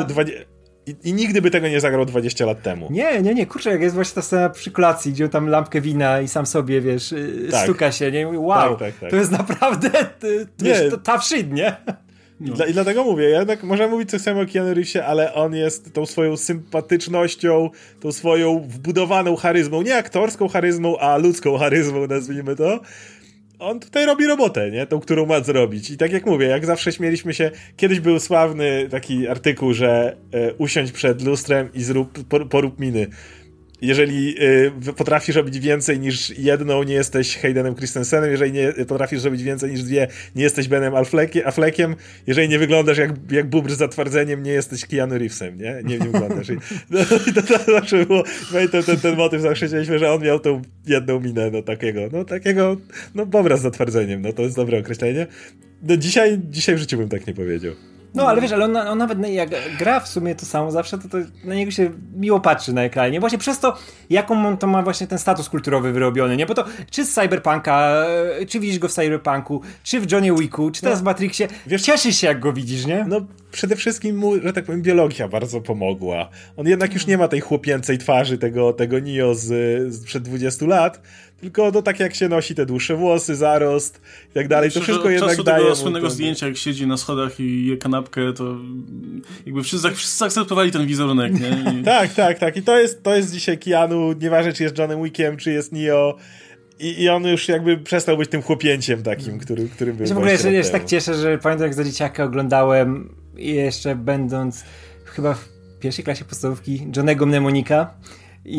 I nigdy by tego nie zagrał 20 lat temu. Nie, kurczę, jak jest właśnie ta scena przy kolacji, gdzie on tam lampkę wina i sam sobie, wiesz, stuka się, nie? Wow, tak. To jest naprawdę tough shit, nie? I dlatego mówię, jednak możemy mówić co chcemy o Keanu Reevesie, ale on jest tą swoją sympatycznością, tą swoją wbudowaną charyzmą, nie aktorską charyzmą, a ludzką charyzmą, nazwijmy to. On tutaj robi robotę, nie? Tą, którą ma zrobić. I tak jak mówię, jak zawsze śmieliśmy się, kiedyś był sławny taki artykuł, że usiądź przed lustrem i porób miny. Jeżeli potrafisz robić więcej niż jedną, nie jesteś Haydenem Christensenem. Jeżeli nie potrafisz robić więcej niż dwie, nie jesteś Benem Affleckiem. Jeżeli nie wyglądasz jak bubr z zatwardzeniem, nie jesteś Keanu Reevesem, nie? Nie wyglądasz. I to zawsze było, ten motyw zawsze chcieliśmy, że on miał tą jedną minę, takiego bobra z zatwardzeniem, to jest dobre określenie. Dzisiaj w życiu bym tak nie powiedział. No, ale wiesz, ale on nawet jak gra w sumie to samo zawsze, to na niego się miło patrzy na ekranie. Właśnie przez to, jaką on to ma właśnie ten status kulturowy wyrobiony, nie? Bo to czy z Cyberpunka, czy widzisz go w Cyberpunku, czy w Johnny Wicku, czy teraz w Matrixie, wiesz, cieszysz się, jak go widzisz, nie? No, przede wszystkim mu, że tak powiem, biologia bardzo pomogła. On jednak już nie ma tej chłopięcej twarzy tego Neo z przed 20 lat, tylko tak jak się nosi te dłuższe włosy, zarost i tak dalej, to wszystko jednak daje tego słynnego zdjęcia, jak siedzi na schodach i je kanapkę, to jakby wszyscy zaakceptowali ten wizerunek, nie? Tak. I to jest dzisiaj Keanu, nieważne czy jest Johnem Wickiem, czy jest Neo. I on już jakby przestał być tym chłopięciem takim, którym był. Ja w ogóle jeszcze się tak cieszę, że pamiętam, jak za dzieciaka oglądałem jeszcze będąc chyba w pierwszej klasie podstawówki Johnnego Mnemonika i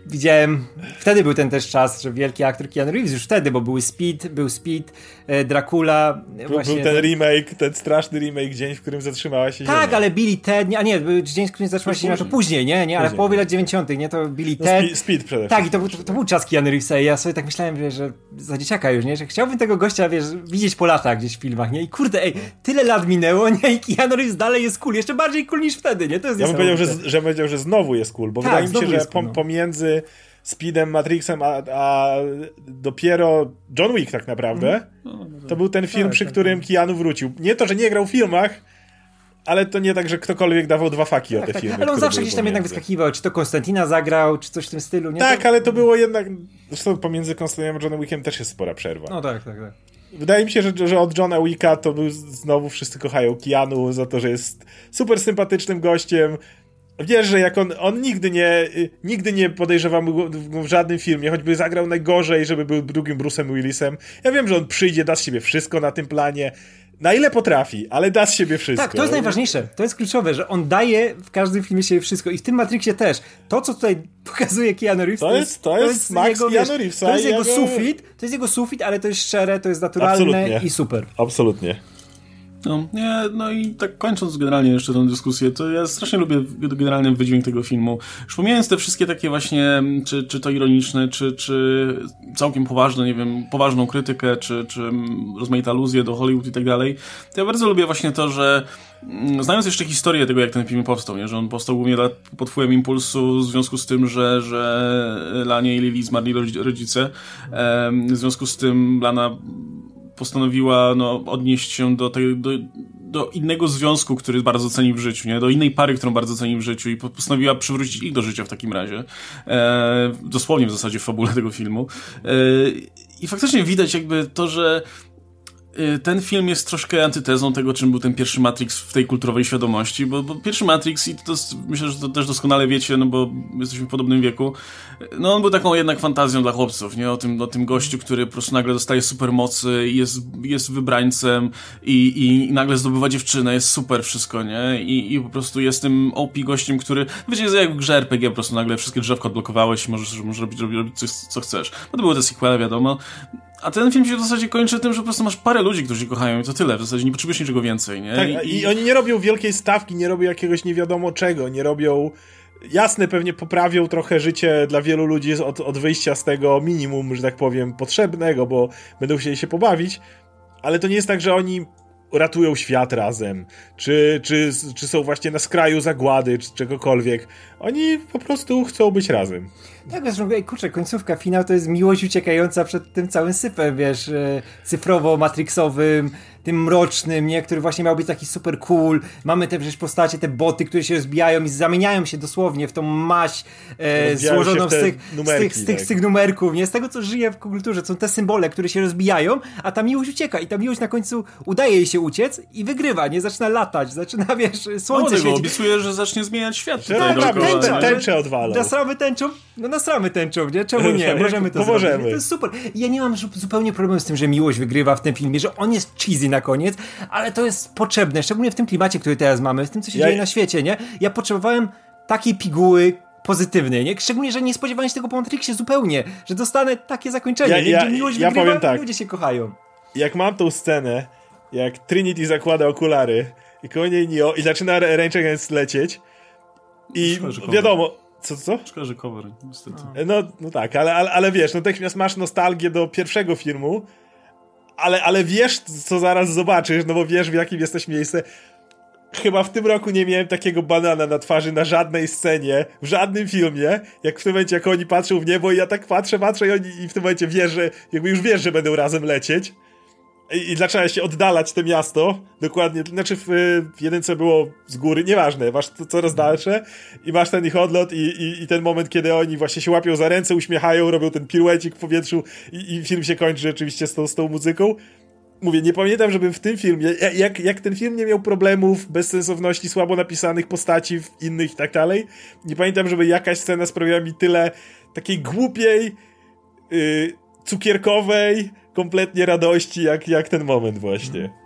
widziałem, wtedy był ten też czas, że wielki aktor Keanu Reeves, już wtedy, bo był Speed, Dracula. Był ten remake, ten straszny remake, Dzień, w którym zatrzymała się Tak, Ziemia. ale Billy Ted, był Dzień, w którym zatrzymała się Ziemia, to później, nie, ale w połowie lat 90., nie, to Billy Ted. Speed przede wszystkim. wszystkim. Tak, i to był czas Keanu Reevesa i ja sobie tak myślałem, że za dzieciaka już, nie, że chciałbym tego gościa, widzieć po latach gdzieś w filmach, nie, i kurde, tyle lat minęło, nie, i Keanu Reeves dalej jest cool, jeszcze bardziej cool niż wtedy, nie, to jest ja bym powiedział, że znowu jest cool, bo wydaje mi się, że pomiędzy Speedem, Matrixem, a dopiero John Wick tak naprawdę, to był ten film, przy którym Keanu wrócił. Nie to, że nie grał w filmach, ale to nie tak, że ktokolwiek dawał dwa faki o te filmy. Ale on zawsze gdzieś tam jednak wyskakiwał, czy to Konstantina zagrał, czy coś w tym stylu. Nie? Tak, ale to było jednak... Zresztą pomiędzy Konstantinem a Johnem Wickiem też jest spora przerwa. No tak. Wydaje mi się, że od Johna Wicka to był znowu wszyscy kochają Keanu za to, że jest super sympatycznym gościem. Wiesz, że jak on nigdy nie podejrzewam go w żadnym filmie, choćby zagrał najgorzej, żeby był drugim Bruce'em Willisem. Ja wiem, że on przyjdzie, da z siebie wszystko na tym planie, na ile potrafi, ale da z siebie wszystko. Tak, to jest najważniejsze, to jest kluczowe, że on daje w każdym filmie siebie wszystko i w tym Matrixie też. To, co tutaj pokazuje Keanu Reeves, to jest Max jego, Keanu Reevesa. To jest jego sufit, ale to jest szczere, to jest naturalne. Absolutnie. I super. Absolutnie. No i tak kończąc generalnie jeszcze tę dyskusję, to ja strasznie lubię generalnie wydźwięk tego filmu. Już pomijając te wszystkie takie właśnie, czy to ironiczne, czy całkiem poważne, nie wiem, poważną krytykę, czy rozmaite aluzje do Hollywood i tak dalej, to ja bardzo lubię właśnie to, że znając jeszcze historię tego, jak ten film powstał, nie? Że on powstał głównie pod wpływem impulsu w związku z tym, że Lanie i Lili zmarli rodzice. W związku z tym Lana postanowiła odnieść się do innego związku, który bardzo ceni w życiu, nie? Do innej pary, którą bardzo ceni w życiu i postanowiła przywrócić ich do życia w takim razie. Dosłownie w zasadzie w fabule tego filmu. I faktycznie widać jakby to, że ten film jest troszkę antytezą tego, czym był ten pierwszy Matrix w tej kulturowej świadomości, bo pierwszy Matrix, i to myślę, że to też doskonale wiecie, no bo jesteśmy w podobnym wieku, no on był taką jednak fantazją dla chłopców, nie? O tym gościu, który po prostu nagle dostaje supermocy i jest wybrańcem i nagle zdobywa dziewczynę, jest super wszystko, nie? I po prostu jest tym OP gościem, który, wiecie, jest jak w grze RPG, po prostu nagle wszystkie drzewka odblokowałeś i możesz robić coś, co chcesz. No to były te sequele, wiadomo. A ten film się w zasadzie kończy tym, że po prostu masz parę ludzi, którzy kochają i to tyle. W zasadzie nie potrzebujesz niczego więcej, nie? Tak, i oni nie robią wielkiej stawki, nie robią jakiegoś nie wiadomo czego, nie robią... Jasne, pewnie poprawią trochę życie dla wielu ludzi od wyjścia z tego minimum, że tak powiem, potrzebnego, bo będą chcieli się pobawić, ale to nie jest tak, że oni ratują świat razem, czy są właśnie na skraju zagłady, czy czegokolwiek. Oni po prostu chcą być razem. Tak, wiesz, kurczę, końcówka, finał to jest miłość uciekająca przed tym całym syfem, wiesz, cyfrowo-matrixowym, tym mrocznym, nie, który właśnie miał być taki super cool. Mamy te przecież postacie, te boty, które się rozbijają i zamieniają się dosłownie w tą maść złożoną z tych numerków, nie, z tego, co żyje w kulturze. Są te symbole, które się rozbijają, a ta miłość ucieka i ta miłość na końcu udaje jej się uciec i wygrywa, nie, zaczyna latać, zaczyna, wiesz, słońce świeci. Obiecuje, że zacznie zmieniać świat. Tęczę odwalał. Nasramy tęczą, nie? Czemu nie? Możemy to zrobić. To jest super. Ja nie mam zupełnie problemu z tym, że miłość wygrywa w tym filmie, że on jest cheesy na koniec, ale to jest potrzebne, szczególnie w tym klimacie, który teraz mamy, w tym, co się dzieje na świecie, nie? Ja potrzebowałem takiej piguły pozytywnej, nie? Szczególnie, że nie spodziewałem się tego po Matrixie zupełnie, że dostanę takie zakończenie, gdzie miłość wygrywa i ludzie się kochają. Jak mam tą scenę, jak Trinity zakłada okulary i koło niej Neo i zaczyna Rage Against lecieć i wiadomo, Co? Szkoda, że cover, niestety. No tak, ale wiesz, natychmiast masz nostalgię do pierwszego filmu, ale wiesz, co zaraz zobaczysz, no bo wiesz, w jakim jesteś miejsce. Chyba w tym roku nie miałem takiego banana na twarzy na żadnej scenie, w żadnym filmie, jak w tym momencie, jak oni patrzą w niebo i ja tak patrzę i w tym momencie wiesz, że jakby już wiesz, że będą razem lecieć. I zaczęła się oddalać to miasto, dokładnie, znaczy w jedynce było z góry, nieważne, masz to coraz dalsze i masz ten ich odlot i ten moment, kiedy oni właśnie się łapią za ręce, uśmiechają, robią ten piruecik w powietrzu i film się kończy rzeczywiście z tą muzyką. Mówię, nie pamiętam, żebym w tym filmie, jak ten film nie miał problemów, bezsensowności, słabo napisanych postaci innych i tak dalej, nie pamiętam, żeby jakaś scena sprawiała mi tyle takiej głupiej, cukierkowej, kompletnie radości, jak ten moment właśnie.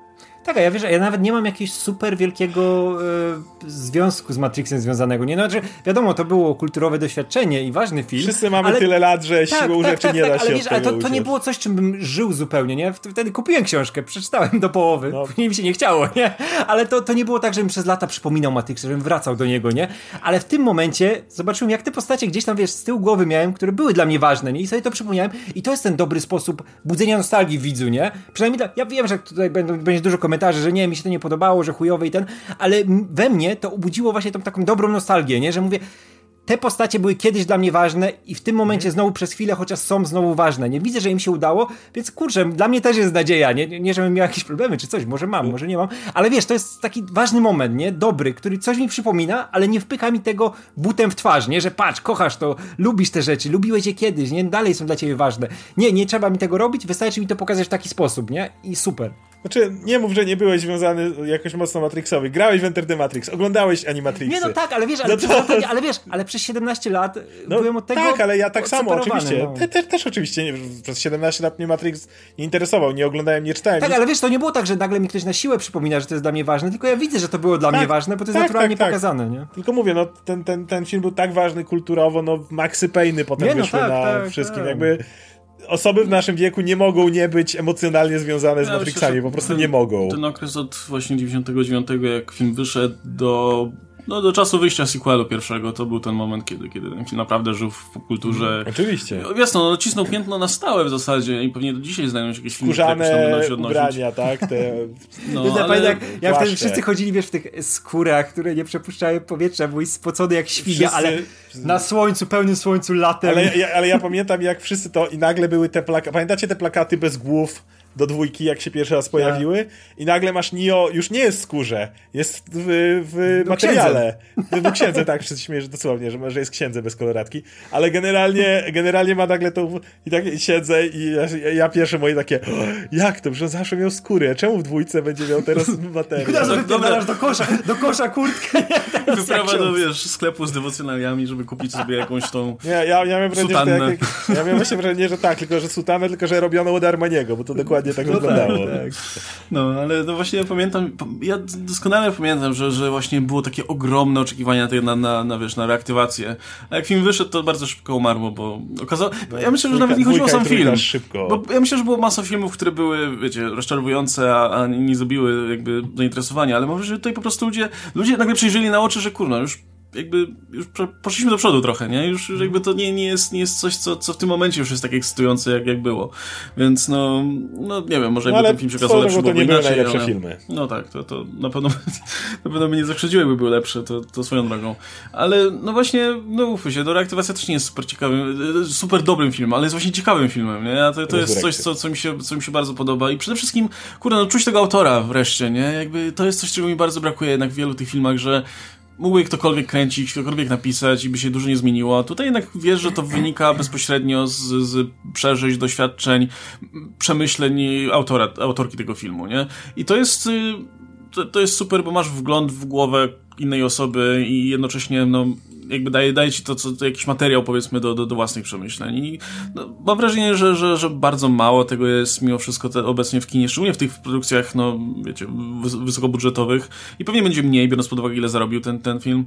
Tak, a ja wiesz, ja nawet nie mam jakiegoś super wielkiego związku z Matrixem związanego, nie? Znaczy, wiadomo, to było kulturowe doświadczenie i ważny film. Wszyscy mamy tyle lat, że siłą rzeczy nie da się ale wiesz, ale to nie było coś, czym bym żył zupełnie, nie? Wtedy kupiłem książkę, przeczytałem do połowy, później mi się nie chciało, nie? Ale to nie było tak, żebym przez lata przypominał Matrixa, żebym wracał do niego, nie? Ale w tym momencie zobaczyłem, jak te postacie gdzieś tam, wiesz, z tyłu głowy miałem, które były dla mnie ważne, nie? I sobie to przypomniałem i to jest ten dobry sposób budzenia nostalgii w widzu, nie? Przynajmniej ja wiem, że tutaj będzie dużo komentarzy, że nie, mi się to nie podobało, że chujowe i ale we mnie to obudziło właśnie tą taką dobrą nostalgię, nie? Że mówię, te postacie były kiedyś dla mnie ważne i w tym momencie znowu przez chwilę chociaż są znowu ważne. Nie widzę, że im się udało, więc kurczę, dla mnie też jest nadzieja, nie żebym miał jakieś problemy czy coś, może mam, może nie mam, ale wiesz, to jest taki ważny moment, nie? Dobry, który coś mi przypomina, ale nie wpycha mi tego butem w twarz, nie? Że patrz, kochasz to, lubisz te rzeczy, lubiłeś je kiedyś, nie? Dalej są dla ciebie ważne. Nie trzeba mi tego robić, wystarczy mi to pokazać w taki sposób, nie? I super. Znaczy, nie mów, że nie byłeś związany jakoś mocno Matrixowi. Grałeś w Enter the Matrix, oglądałeś Animatrixy. Nie, no tak, ale wiesz, ale przez 17 lat byłem od tego tak, ale ja tak samo, oczywiście. No. Też oczywiście, nie, przez 17 lat mnie Matrix nie interesował, nie oglądałem, nie czytałem. Tak, ale wiesz, to nie było tak, że nagle mi ktoś na siłę przypomina, że to jest dla mnie ważne, tylko ja widzę, że to było dla mnie ważne, bo to jest naturalnie pokazane, nie? Tylko mówię, no ten film był tak ważny kulturowo, no Maxy Payne'y potem wyszły na wszystkim, jakby... Osoby w naszym wieku nie mogą nie być emocjonalnie związane z Matrixami, po prostu nie mogą. Ten okres od właśnie 99, jak film wyszedł do czasu wyjścia sequelu pierwszego, to był ten moment, kiedy ten film naprawdę żył w popkulturze. Oczywiście. Jasno, cisnął piętno na stałe w zasadzie i pewnie do dzisiaj znajdą się jakieś filmy, które będą się odnosić. Ubrania, tak? Ale... jak wtedy wszyscy chodzili, wiesz, w tych skórach, które nie przepuszczają powietrza, byłeś spocony jak świnia, ale na słońcu, pełnym słońcu, latem. Ale ja pamiętam, jak wszyscy to i nagle były te plakaty, pamiętacie te plakaty bez głów do 2, jak się pierwszy raz pojawiły? I nagle masz Neo, już nie jest w skórze, jest w materiale. W księdze, tak, wszyscy śmieją, że dosłownie, że jest księdze bez koloratki, ale generalnie ma nagle tą i tak siedzę i ja pierwsze moje takie, jak to, że zawsze miał skórę, czemu w 2 będzie miał teraz materiał? Wypierdalasz do kosza kurtkę. Wyprawa do, sklepu z dewocjonaliami, żeby kupić sobie jakąś tą ja miałem wrażenie, że ja miałem właśnie wrażenie, że tak, tylko że sutannę, tylko że robiono od Armaniego, bo to dokładnie tak wyglądało. Tak. No, ale no właśnie ja doskonale pamiętam, że właśnie było takie ogromne oczekiwania na reaktywację. A jak film wyszedł, to bardzo szybko umarło, bo okazało... Ja myślę, że nawet nie chodziło o sam film. Szybko. Bo ja myślę, że było masa filmów, które były, wiecie, rozczarowujące, a nie zrobiły jakby zainteresowania, ale może, że tutaj po prostu ludzie nagle przyjrzeli na oczy, że kurno, już poszliśmy do przodu trochę, nie? Już jakby to nie jest coś, co w tym momencie już jest tak ekscytujące, jak było. Więc no nie wiem, może jakby ten film przekazał lepszy, to nie były najlepsze filmy. No tak, to na pewno by nie zakrzedziły, jakby były lepsze, to swoją drogą. Ale no właśnie, no ufaj się, reaktywacja też nie jest super ciekawym, super dobrym filmem, ale jest właśnie ciekawym filmem, nie? A to jest coś, co mi się bardzo podoba i przede wszystkim, czuć tego autora wreszcie, nie? Jakby to jest coś, czego mi bardzo brakuje jednak w wielu tych filmach, że mógłby ktokolwiek kręcić, ktokolwiek napisać i by się dużo nie zmieniło. Tutaj jednak wiesz, że to wynika bezpośrednio z przeżyć, doświadczeń, przemyśleń autorki tego filmu, nie? I to jest super, bo masz wgląd w głowę innej osoby i jednocześnie jakby daje ci to jakiś materiał, powiedzmy, do własnych przemyśleń. I mam wrażenie, że bardzo mało tego jest mimo wszystko obecnie w kinie, szczególnie w tych produkcjach, wiecie, wysokobudżetowych i pewnie będzie mniej, biorąc pod uwagę, ile zarobił ten film.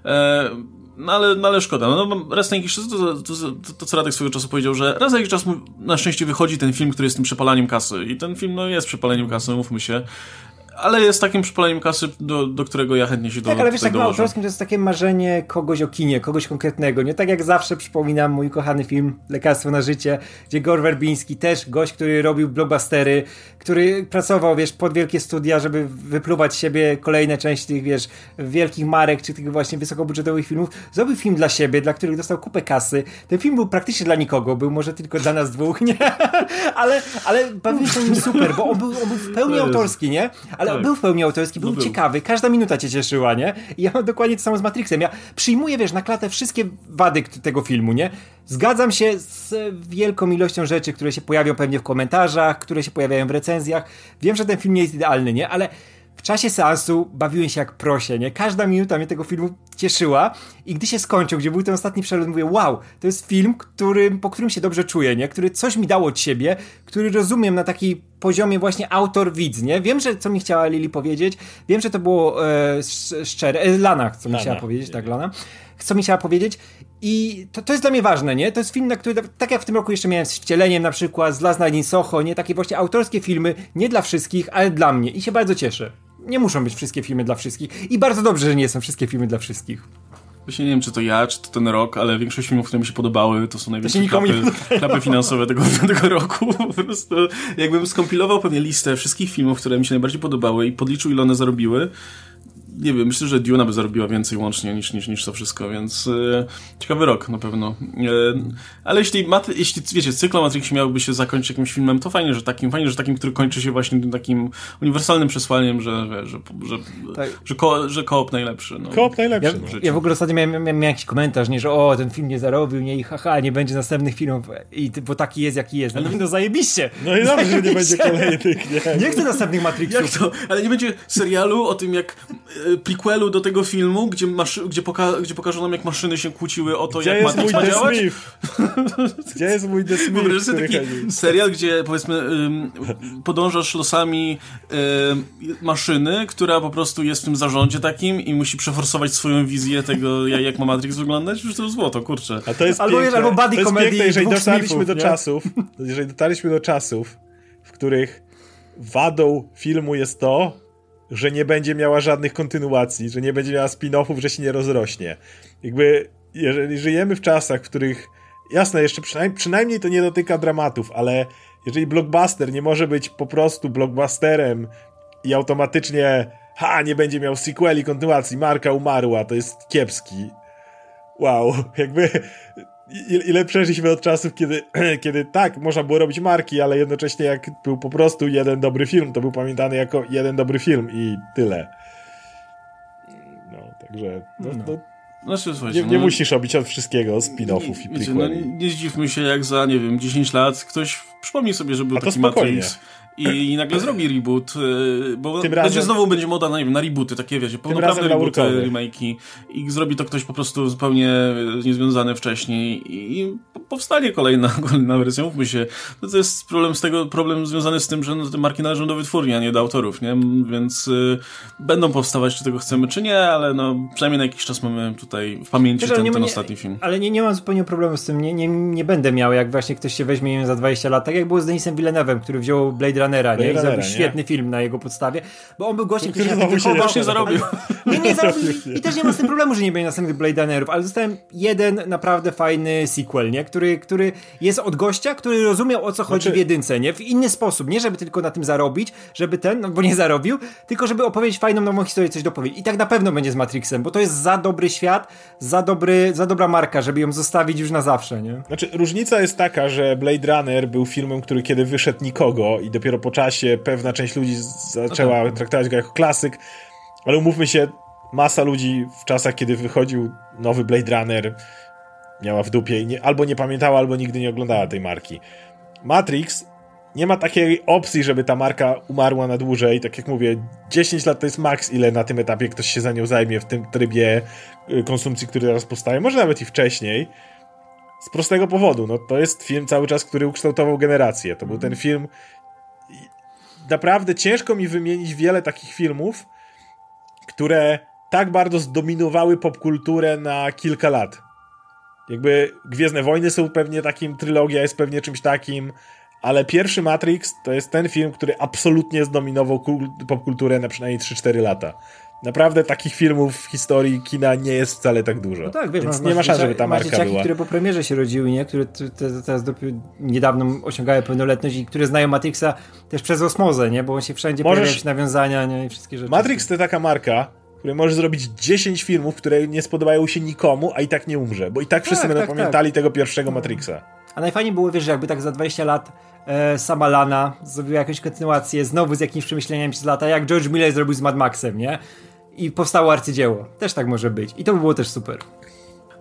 Ale szkoda. Raz na jakiś czas, to co Radek swojego czasu powiedział, że raz na jakiś czas na szczęście wychodzi ten film, który jest tym przepalaniem kasy. I ten film, jest przepaleniem kasy, mówmy się. Ale jest takim przypaleniem kasy, do którego ja chętnie się dołożę. Tak, ale wiesz, tak na autorskim to jest takie marzenie kogoś o kinie, kogoś konkretnego. Nie tak jak zawsze przypominam mój kochany film Lekarstwo na życie, gdzie Gore Verbinski, też gość, który robił blockbustery, który pracował, pod wielkie studia, żeby wypluwać z siebie kolejne części tych, wielkich marek, czy tych właśnie wysokobudżetowych filmów. Zrobił film dla siebie, dla których dostał kupę kasy. Ten film był praktycznie dla nikogo, był może tylko dla nas dwóch, nie? ale bawiłem się nim super, bo on był w pełni autorski, nie? Ale tak. Był w pełni autorski, był ciekawy, każda minuta cię cieszyła, nie? I ja mam dokładnie to samo z Matrixem. Ja przyjmuję, na klatę wszystkie wady tego filmu, nie? Zgadzam się z wielką ilością rzeczy, które się pojawią pewnie w komentarzach, które się pojawiają w recenzjach. Wiem, że ten film nie jest idealny, nie? Ale w czasie seansu bawiłem się jak prosie, nie? Każda minuta mnie tego filmu cieszyła i gdy się skończył, gdzie był ten ostatni przelot, mówię, wow, to jest film, po którym się dobrze czuję, nie? Który coś mi dał od siebie, który rozumiem na takiej poziomie właśnie autor-widz, nie? Wiem, że co mi chciała Lili powiedzieć, wiem, że to było szczere, Lana, co mi chciała powiedzieć, tak, Lana. Co mi chciała powiedzieć i to jest dla mnie ważne, nie? To jest film, na który, tak jak w tym roku jeszcze miałem z Wcieleniem na przykład, z Last Night in Soho, nie? Takie właśnie autorskie filmy, nie dla wszystkich, ale dla mnie i się bardzo cieszę. Nie muszą być wszystkie filmy dla wszystkich i bardzo dobrze, że nie są wszystkie filmy dla wszystkich. Właśnie nie wiem, czy to ja, czy to ten rok, ale większość filmów, które mi się podobały, to są największe klapy finansowe tego roku. Po prostu jakbym skompilował pewnie listę wszystkich filmów, które mi się najbardziej podobały i podliczył, ile one zarobiły, nie wiem, myślę, że Duna by zarobiła więcej łącznie niż to wszystko, więc ciekawy rok na pewno. Ale jeśli wiecie, cykl o Matrixie miałby się zakończyć jakimś filmem, to fajnie, że takim, który kończy się właśnie takim uniwersalnym przesłaniem, że koop najlepszy. No. Koop najlepszy. Ja w ogóle ostatnio miałem jakiś komentarz, nie, że ten film nie zarobił, nie, i haha, nie będzie następnych filmów, bo taki jest, jaki jest. No zajebiście. No i dobrze, że nie będzie kolejnych. Nie chcę następnych Matrixów. Jak to? Ale nie będzie serialu o tym, jak prequelu do tego filmu, gdzie pokażą nam, jak maszyny się kłóciły o to, gdzie jak Matrix ma działać. Gdzie jest mój The Smith? Wyobraź sobie taki serial, gdzie powiedzmy podążasz losami maszyny, która po prostu jest w tym zarządzie takim i musi przeforsować swoją wizję tego, jak ma Matrix wyglądać. Już to jest złoto, kurczę. A to jest albo buddy comedy, jeżeli dotarliśmy do czasów, w których wadą filmu jest to, że nie będzie miała żadnych kontynuacji, że nie będzie miała spin-offów, że się nie rozrośnie. Jakby, jeżeli żyjemy w czasach, w których, jasne, jeszcze przynajmniej to nie dotyka dramatów, ale jeżeli blockbuster nie może być po prostu blockbusterem i automatycznie nie będzie miał sequeli, kontynuacji, marka umarła, to jest kiepski. Wow, jakby ile przeszliśmy od czasów, kiedy tak, można było robić marki, ale jednocześnie jak był po prostu jeden dobry film, to był pamiętany jako jeden dobry film i tyle. No, także nie musisz robić od wszystkiego spin-offów i prequeli. Nie zdziwmy się, jak za, nie wiem, 10 lat ktoś przypomni sobie, że był taki Matrix i nagle zrobi reboot, bo znowu będzie moda na rebooty, takie wiecie, pełnoprawne rebooty, remake'i i zrobi to ktoś po prostu zupełnie niezwiązany wcześniej i powstanie kolejna wersja, mówmy się. To jest problem związany z tym, że te marki należą do wytwórni, a nie do autorów, nie? Więc będą powstawać, czy tego chcemy, czy nie, ale przynajmniej na jakiś czas mamy tutaj w pamięci ten ostatni film. Ale nie mam zupełnie problemu z tym, nie będę miał, jak właśnie ktoś się weźmie za 20 lat, tak jak było z Denisem Villeneuve'em, który wziął Blade Runnera, nie? I zrobił świetny film na jego podstawie, bo on był gościem, który się zarobił. Nie zarobił. I też nie ma z tym problemu, że nie będzie następnych Blade Runnerów, ale dostałem jeden naprawdę fajny sequel, nie? Który jest od gościa, który rozumiał, o co chodzi w jedynce, nie? W inny sposób, nie żeby tylko na tym zarobić, żeby bo nie zarobił, tylko żeby opowiedzieć fajną, nową historię, coś dopowiedzieć. I tak na pewno będzie z Matrixem, bo to jest za dobry świat, za dobra marka, żeby ją zostawić już na zawsze, nie? Znaczy, różnica jest taka, że Blade Runner był filmem, który kiedy wyszedł nikogo i dopiero po czasie pewna część ludzi zaczęła traktować go jako klasyk, ale umówmy się, masa ludzi w czasach, kiedy wychodził nowy Blade Runner, miała w dupie i albo nie pamiętała, albo nigdy nie oglądała tej marki. Matrix nie ma takiej opcji, żeby ta marka umarła na dłużej. Tak jak mówię, 10 lat to jest maks, ile na tym etapie ktoś się za nią zajmie w tym trybie konsumpcji, który teraz powstaje. Może nawet i wcześniej. Z prostego powodu. To jest film cały czas, który ukształtował generację. To był ten film. Naprawdę ciężko mi wymienić wiele takich filmów, które tak bardzo zdominowały popkulturę na kilka lat. Jakby Gwiezdne Wojny są pewnie takim, trylogia jest pewnie czymś takim, ale pierwszy Matrix to jest ten film, który absolutnie zdominował popkulturę na przynajmniej 3-4 lata. Naprawdę takich filmów w historii kina nie jest wcale tak dużo. No tak, wiesz, więc nie ma szans, żeby ta marka była. Które po premierze się rodziły, nie? Które teraz dopiero niedawno osiągają pełnoletność i które znają Matrixa też przez osmozę, nie? Bo on się wszędzie pojawiają nawiązania, nie? I wszystkie rzeczy. Matrix to taka marka, której możesz zrobić 10 filmów, które nie spodobają się nikomu, a i tak nie umrze, bo i tak wszyscy będą pamiętali tego pierwszego Matrixa. A najfajniej było, wiesz, że jakby tak za 20 lat sama Lana zrobiła jakąś kontynuację znowu z jakimiś przemyśleniami przez lata, jak George Miller zrobił z Mad Maxem, nie? I powstało arcydzieło. Też tak może być. I to by było też super.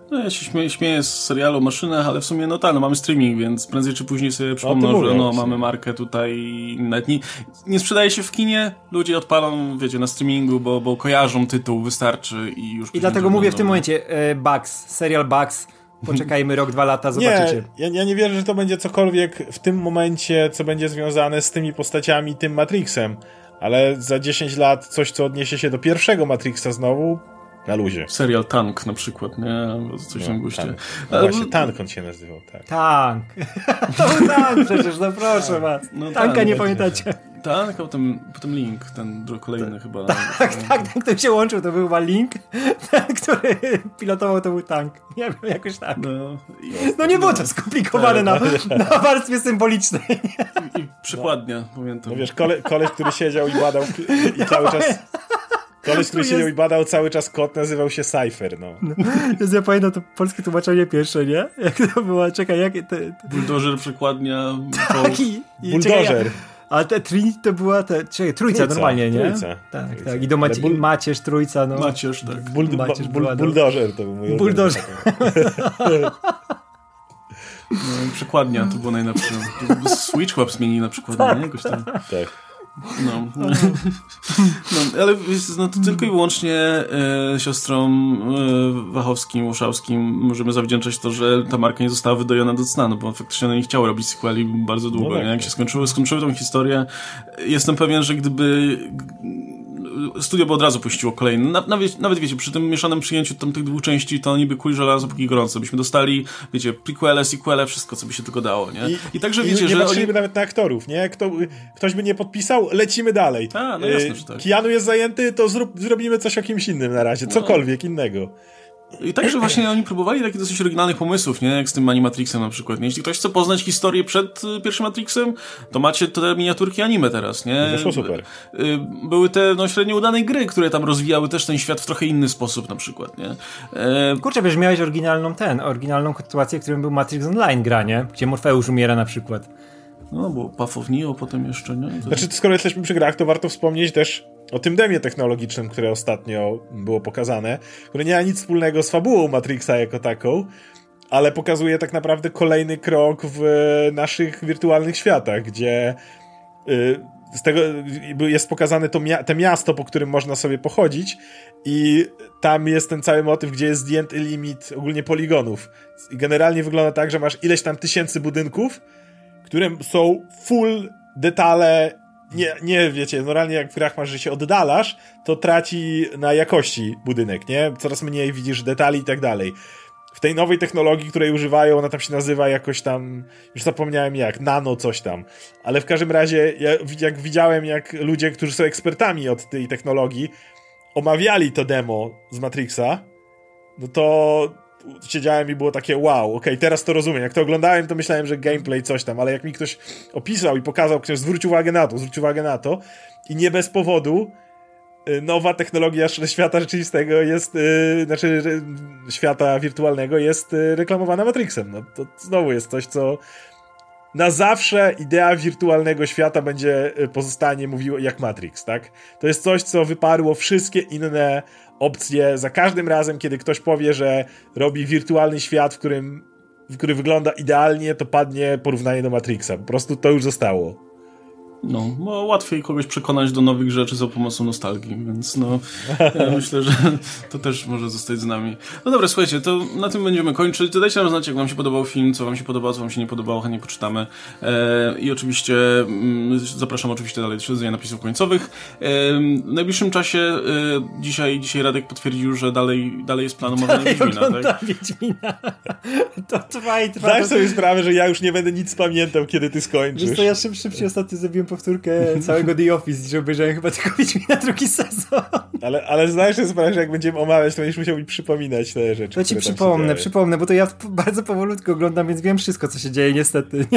No ja się śmieję z serialu o maszynach, ale w sumie no mamy streaming, więc prędzej czy później sobie przypomną, że mamy markę tutaj, nawet nie sprzedaje się w kinie, ludzie odpalą, wiecie, na streamingu, bo kojarzą tytuł, wystarczy i już... I dlatego mówię w tym momencie, Bugs, serial Bugs, poczekajmy rok, 2 lata, zobaczycie. Ja nie wierzę, że to będzie cokolwiek w tym momencie, co będzie związane z tymi postaciami, tym Matrixem, ale za 10 lat coś, co odniesie się do pierwszego Matrixa znowu, na luzie. Serial Tank na przykład, nie? Albo coś tam guście. No właśnie, Tank on się nazywał, tak. Tank. To był Tank przecież, no proszę was. No, Tanka nie pamiętacie. Tank, a potem Link, ten kolejny chyba. Tak, który się łączył, to był chyba Link, ten, który pilotował, to był Tank. Nie wiem, jakoś tak. No nie było to skomplikowane na warstwie symbolicznej. I przykładnia, pamiętam. No wiesz, koleś, który siedział i badał i cały czas... Koleś, który siedział i badał cały czas kod, nazywał się Cypher, no. Ja pamiętam to polskie tłumaczenie pierwsze, nie? Jak to było? Czekaj, jak... Buldożer, przekładnia... Buldożer. A te Trinity to była trójca normalnie, nie? Trójca. Tak. I do Macierz, trójca, no. Macierz, tak. Buldożer to był mój Buldożer. No, przekładnia to było najlepsze. Switch Club zmienili na przykładnie, nie? Jakoś tam. Tak. No, ale no, to tylko i wyłącznie siostrom Wachowskim, Łuszałskim możemy zawdzięczać to, że ta marka nie została wydojona do cna, no bo faktycznie one nie chciały robić sequeli bardzo długo. No tak, jak się skończyły tą historię, jestem pewien, że gdyby studio by od razu puściło kolejny. Nawet wiecie, przy tym mieszanym przyjęciu tych 2 części, to niby kuli żelazo póki gorąco. Byśmy dostali, wiecie, prequele, sequele, wszystko, co by się tylko dało, nie? I także wiecie, nie że... Nie patrzyliby nawet na aktorów, nie? Ktoś by nie podpisał, lecimy dalej. No jasne, że tak. Keanu jest zajęty, to zrobimy coś o kimś innym na razie, cokolwiek innego. I także właśnie oni próbowali takich dosyć oryginalnych pomysłów, nie? Jak z tym Animatrixem na przykład, nie? Jeśli ktoś chce poznać historię przed pierwszym Matrixem, to macie te miniaturki anime teraz, nie? Wyszło super. Były te średnio udane gry, które tam rozwijały też ten świat w trochę inny sposób na przykład, nie? Kurczę, wiesz, miałeś oryginalną sytuację, w którym był Matrix Online gra, nie? Gdzie Morfeusz umiera na przykład. No, bo Path of Neo potem jeszcze, nie? Znaczy, skoro jesteśmy przy grach, to warto wspomnieć też o tym demie technologicznym, które ostatnio było pokazane, które nie ma nic wspólnego z fabułą Matrixa jako taką, ale pokazuje tak naprawdę kolejny krok w naszych wirtualnych światach, gdzie z tego jest pokazane to miasto, po którym można sobie pochodzić i tam jest ten cały motyw, gdzie jest zdjęty limit ogólnie poligonów. I generalnie wygląda tak, że masz ileś tam tysięcy budynków, które są full detale. Nie, wiecie, normalnie jak w grach masz, że się oddalasz, to traci na jakości budynek, nie? Coraz mniej widzisz detali i tak dalej. W tej nowej technologii, której używają, ona tam się nazywa jakoś tam, już zapomniałem jak, nano coś tam. Ale w każdym razie, jak widziałem, jak ludzie, którzy są ekspertami od tej technologii, omawiali to demo z Matrixa, no to siedziałem i było takie wow, okej, teraz to rozumiem. Jak to oglądałem, to myślałem, że gameplay coś tam, ale jak mi ktoś opisał i pokazał, ktoś zwrócił uwagę na to i nie bez powodu nowa technologia świata rzeczywistego jest, świata wirtualnego jest reklamowana Matrixem. No to znowu jest coś, co na zawsze idea wirtualnego świata pozostanie mówiło jak Matrix, tak? To jest coś, co wyparło wszystkie inne opcje. Za każdym razem, kiedy ktoś powie, że robi wirtualny świat, który wygląda idealnie, to padnie porównanie do Matrixa. Po prostu to już zostało. No, łatwiej kogoś przekonać do nowych rzeczy za pomocą nostalgii, więc ja myślę, że to też może zostać z nami. No dobra, słuchajcie, to na tym będziemy kończyć. Dajcie nam znać, jak wam się podobał film, co wam się podobało, co wam się nie podobało, chętnie poczytamy. I oczywiście zapraszam dalej do śledzenia napisów końcowych. W najbliższym czasie dzisiaj Radek potwierdził, że dalej jest plan omawiania Wiedźmina, tak? Wiedźmina. To trwa. Zdaj sobie sprawę, że ja już nie będę nic pamiętał, kiedy ty skończysz. Wiesz, to ja szybciej ostatnio zrobiłem powtórkę całego The Office, że obejrzałem chyba tylko Wiedźmina drugi sezon. Ale zdajesz sobie sprawę, że jak będziemy omawiać, to będziesz musiał mi przypominać te rzeczy. To ci przypomnę, bo to ja bardzo powolutku oglądam, więc wiem wszystko, co się dzieje, niestety.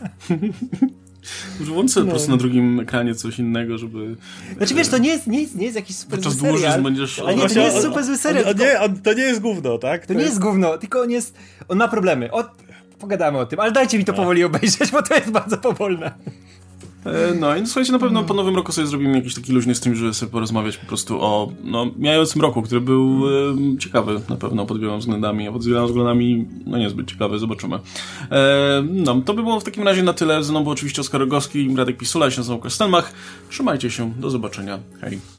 Włącz po prostu na drugim ekranie coś innego, żeby... Znaczy wiesz, to nie jest jakiś super zły serial. Ale nie, to nie jest super zły serial. To nie jest gówno, tak? To nie jest gówno, tylko on ma problemy. Pogadamy o tym, ale dajcie mi to powoli obejrzeć, bo to jest bardzo powolne. No i słuchajcie, na pewno po nowym roku sobie zrobimy jakiś taki luźny stream, żeby sobie porozmawiać po prostu o mijającym roku, który był ciekawy na pewno pod wieloma względami, a pod wieloma względami niezbyt ciekawy, zobaczymy. To by było w takim razie na tyle. Ze mną był oczywiście Oskar Rogowski, Radek Pisula, ja się nazywam Łukasz Stelmach. Trzymajcie się, do zobaczenia, hej.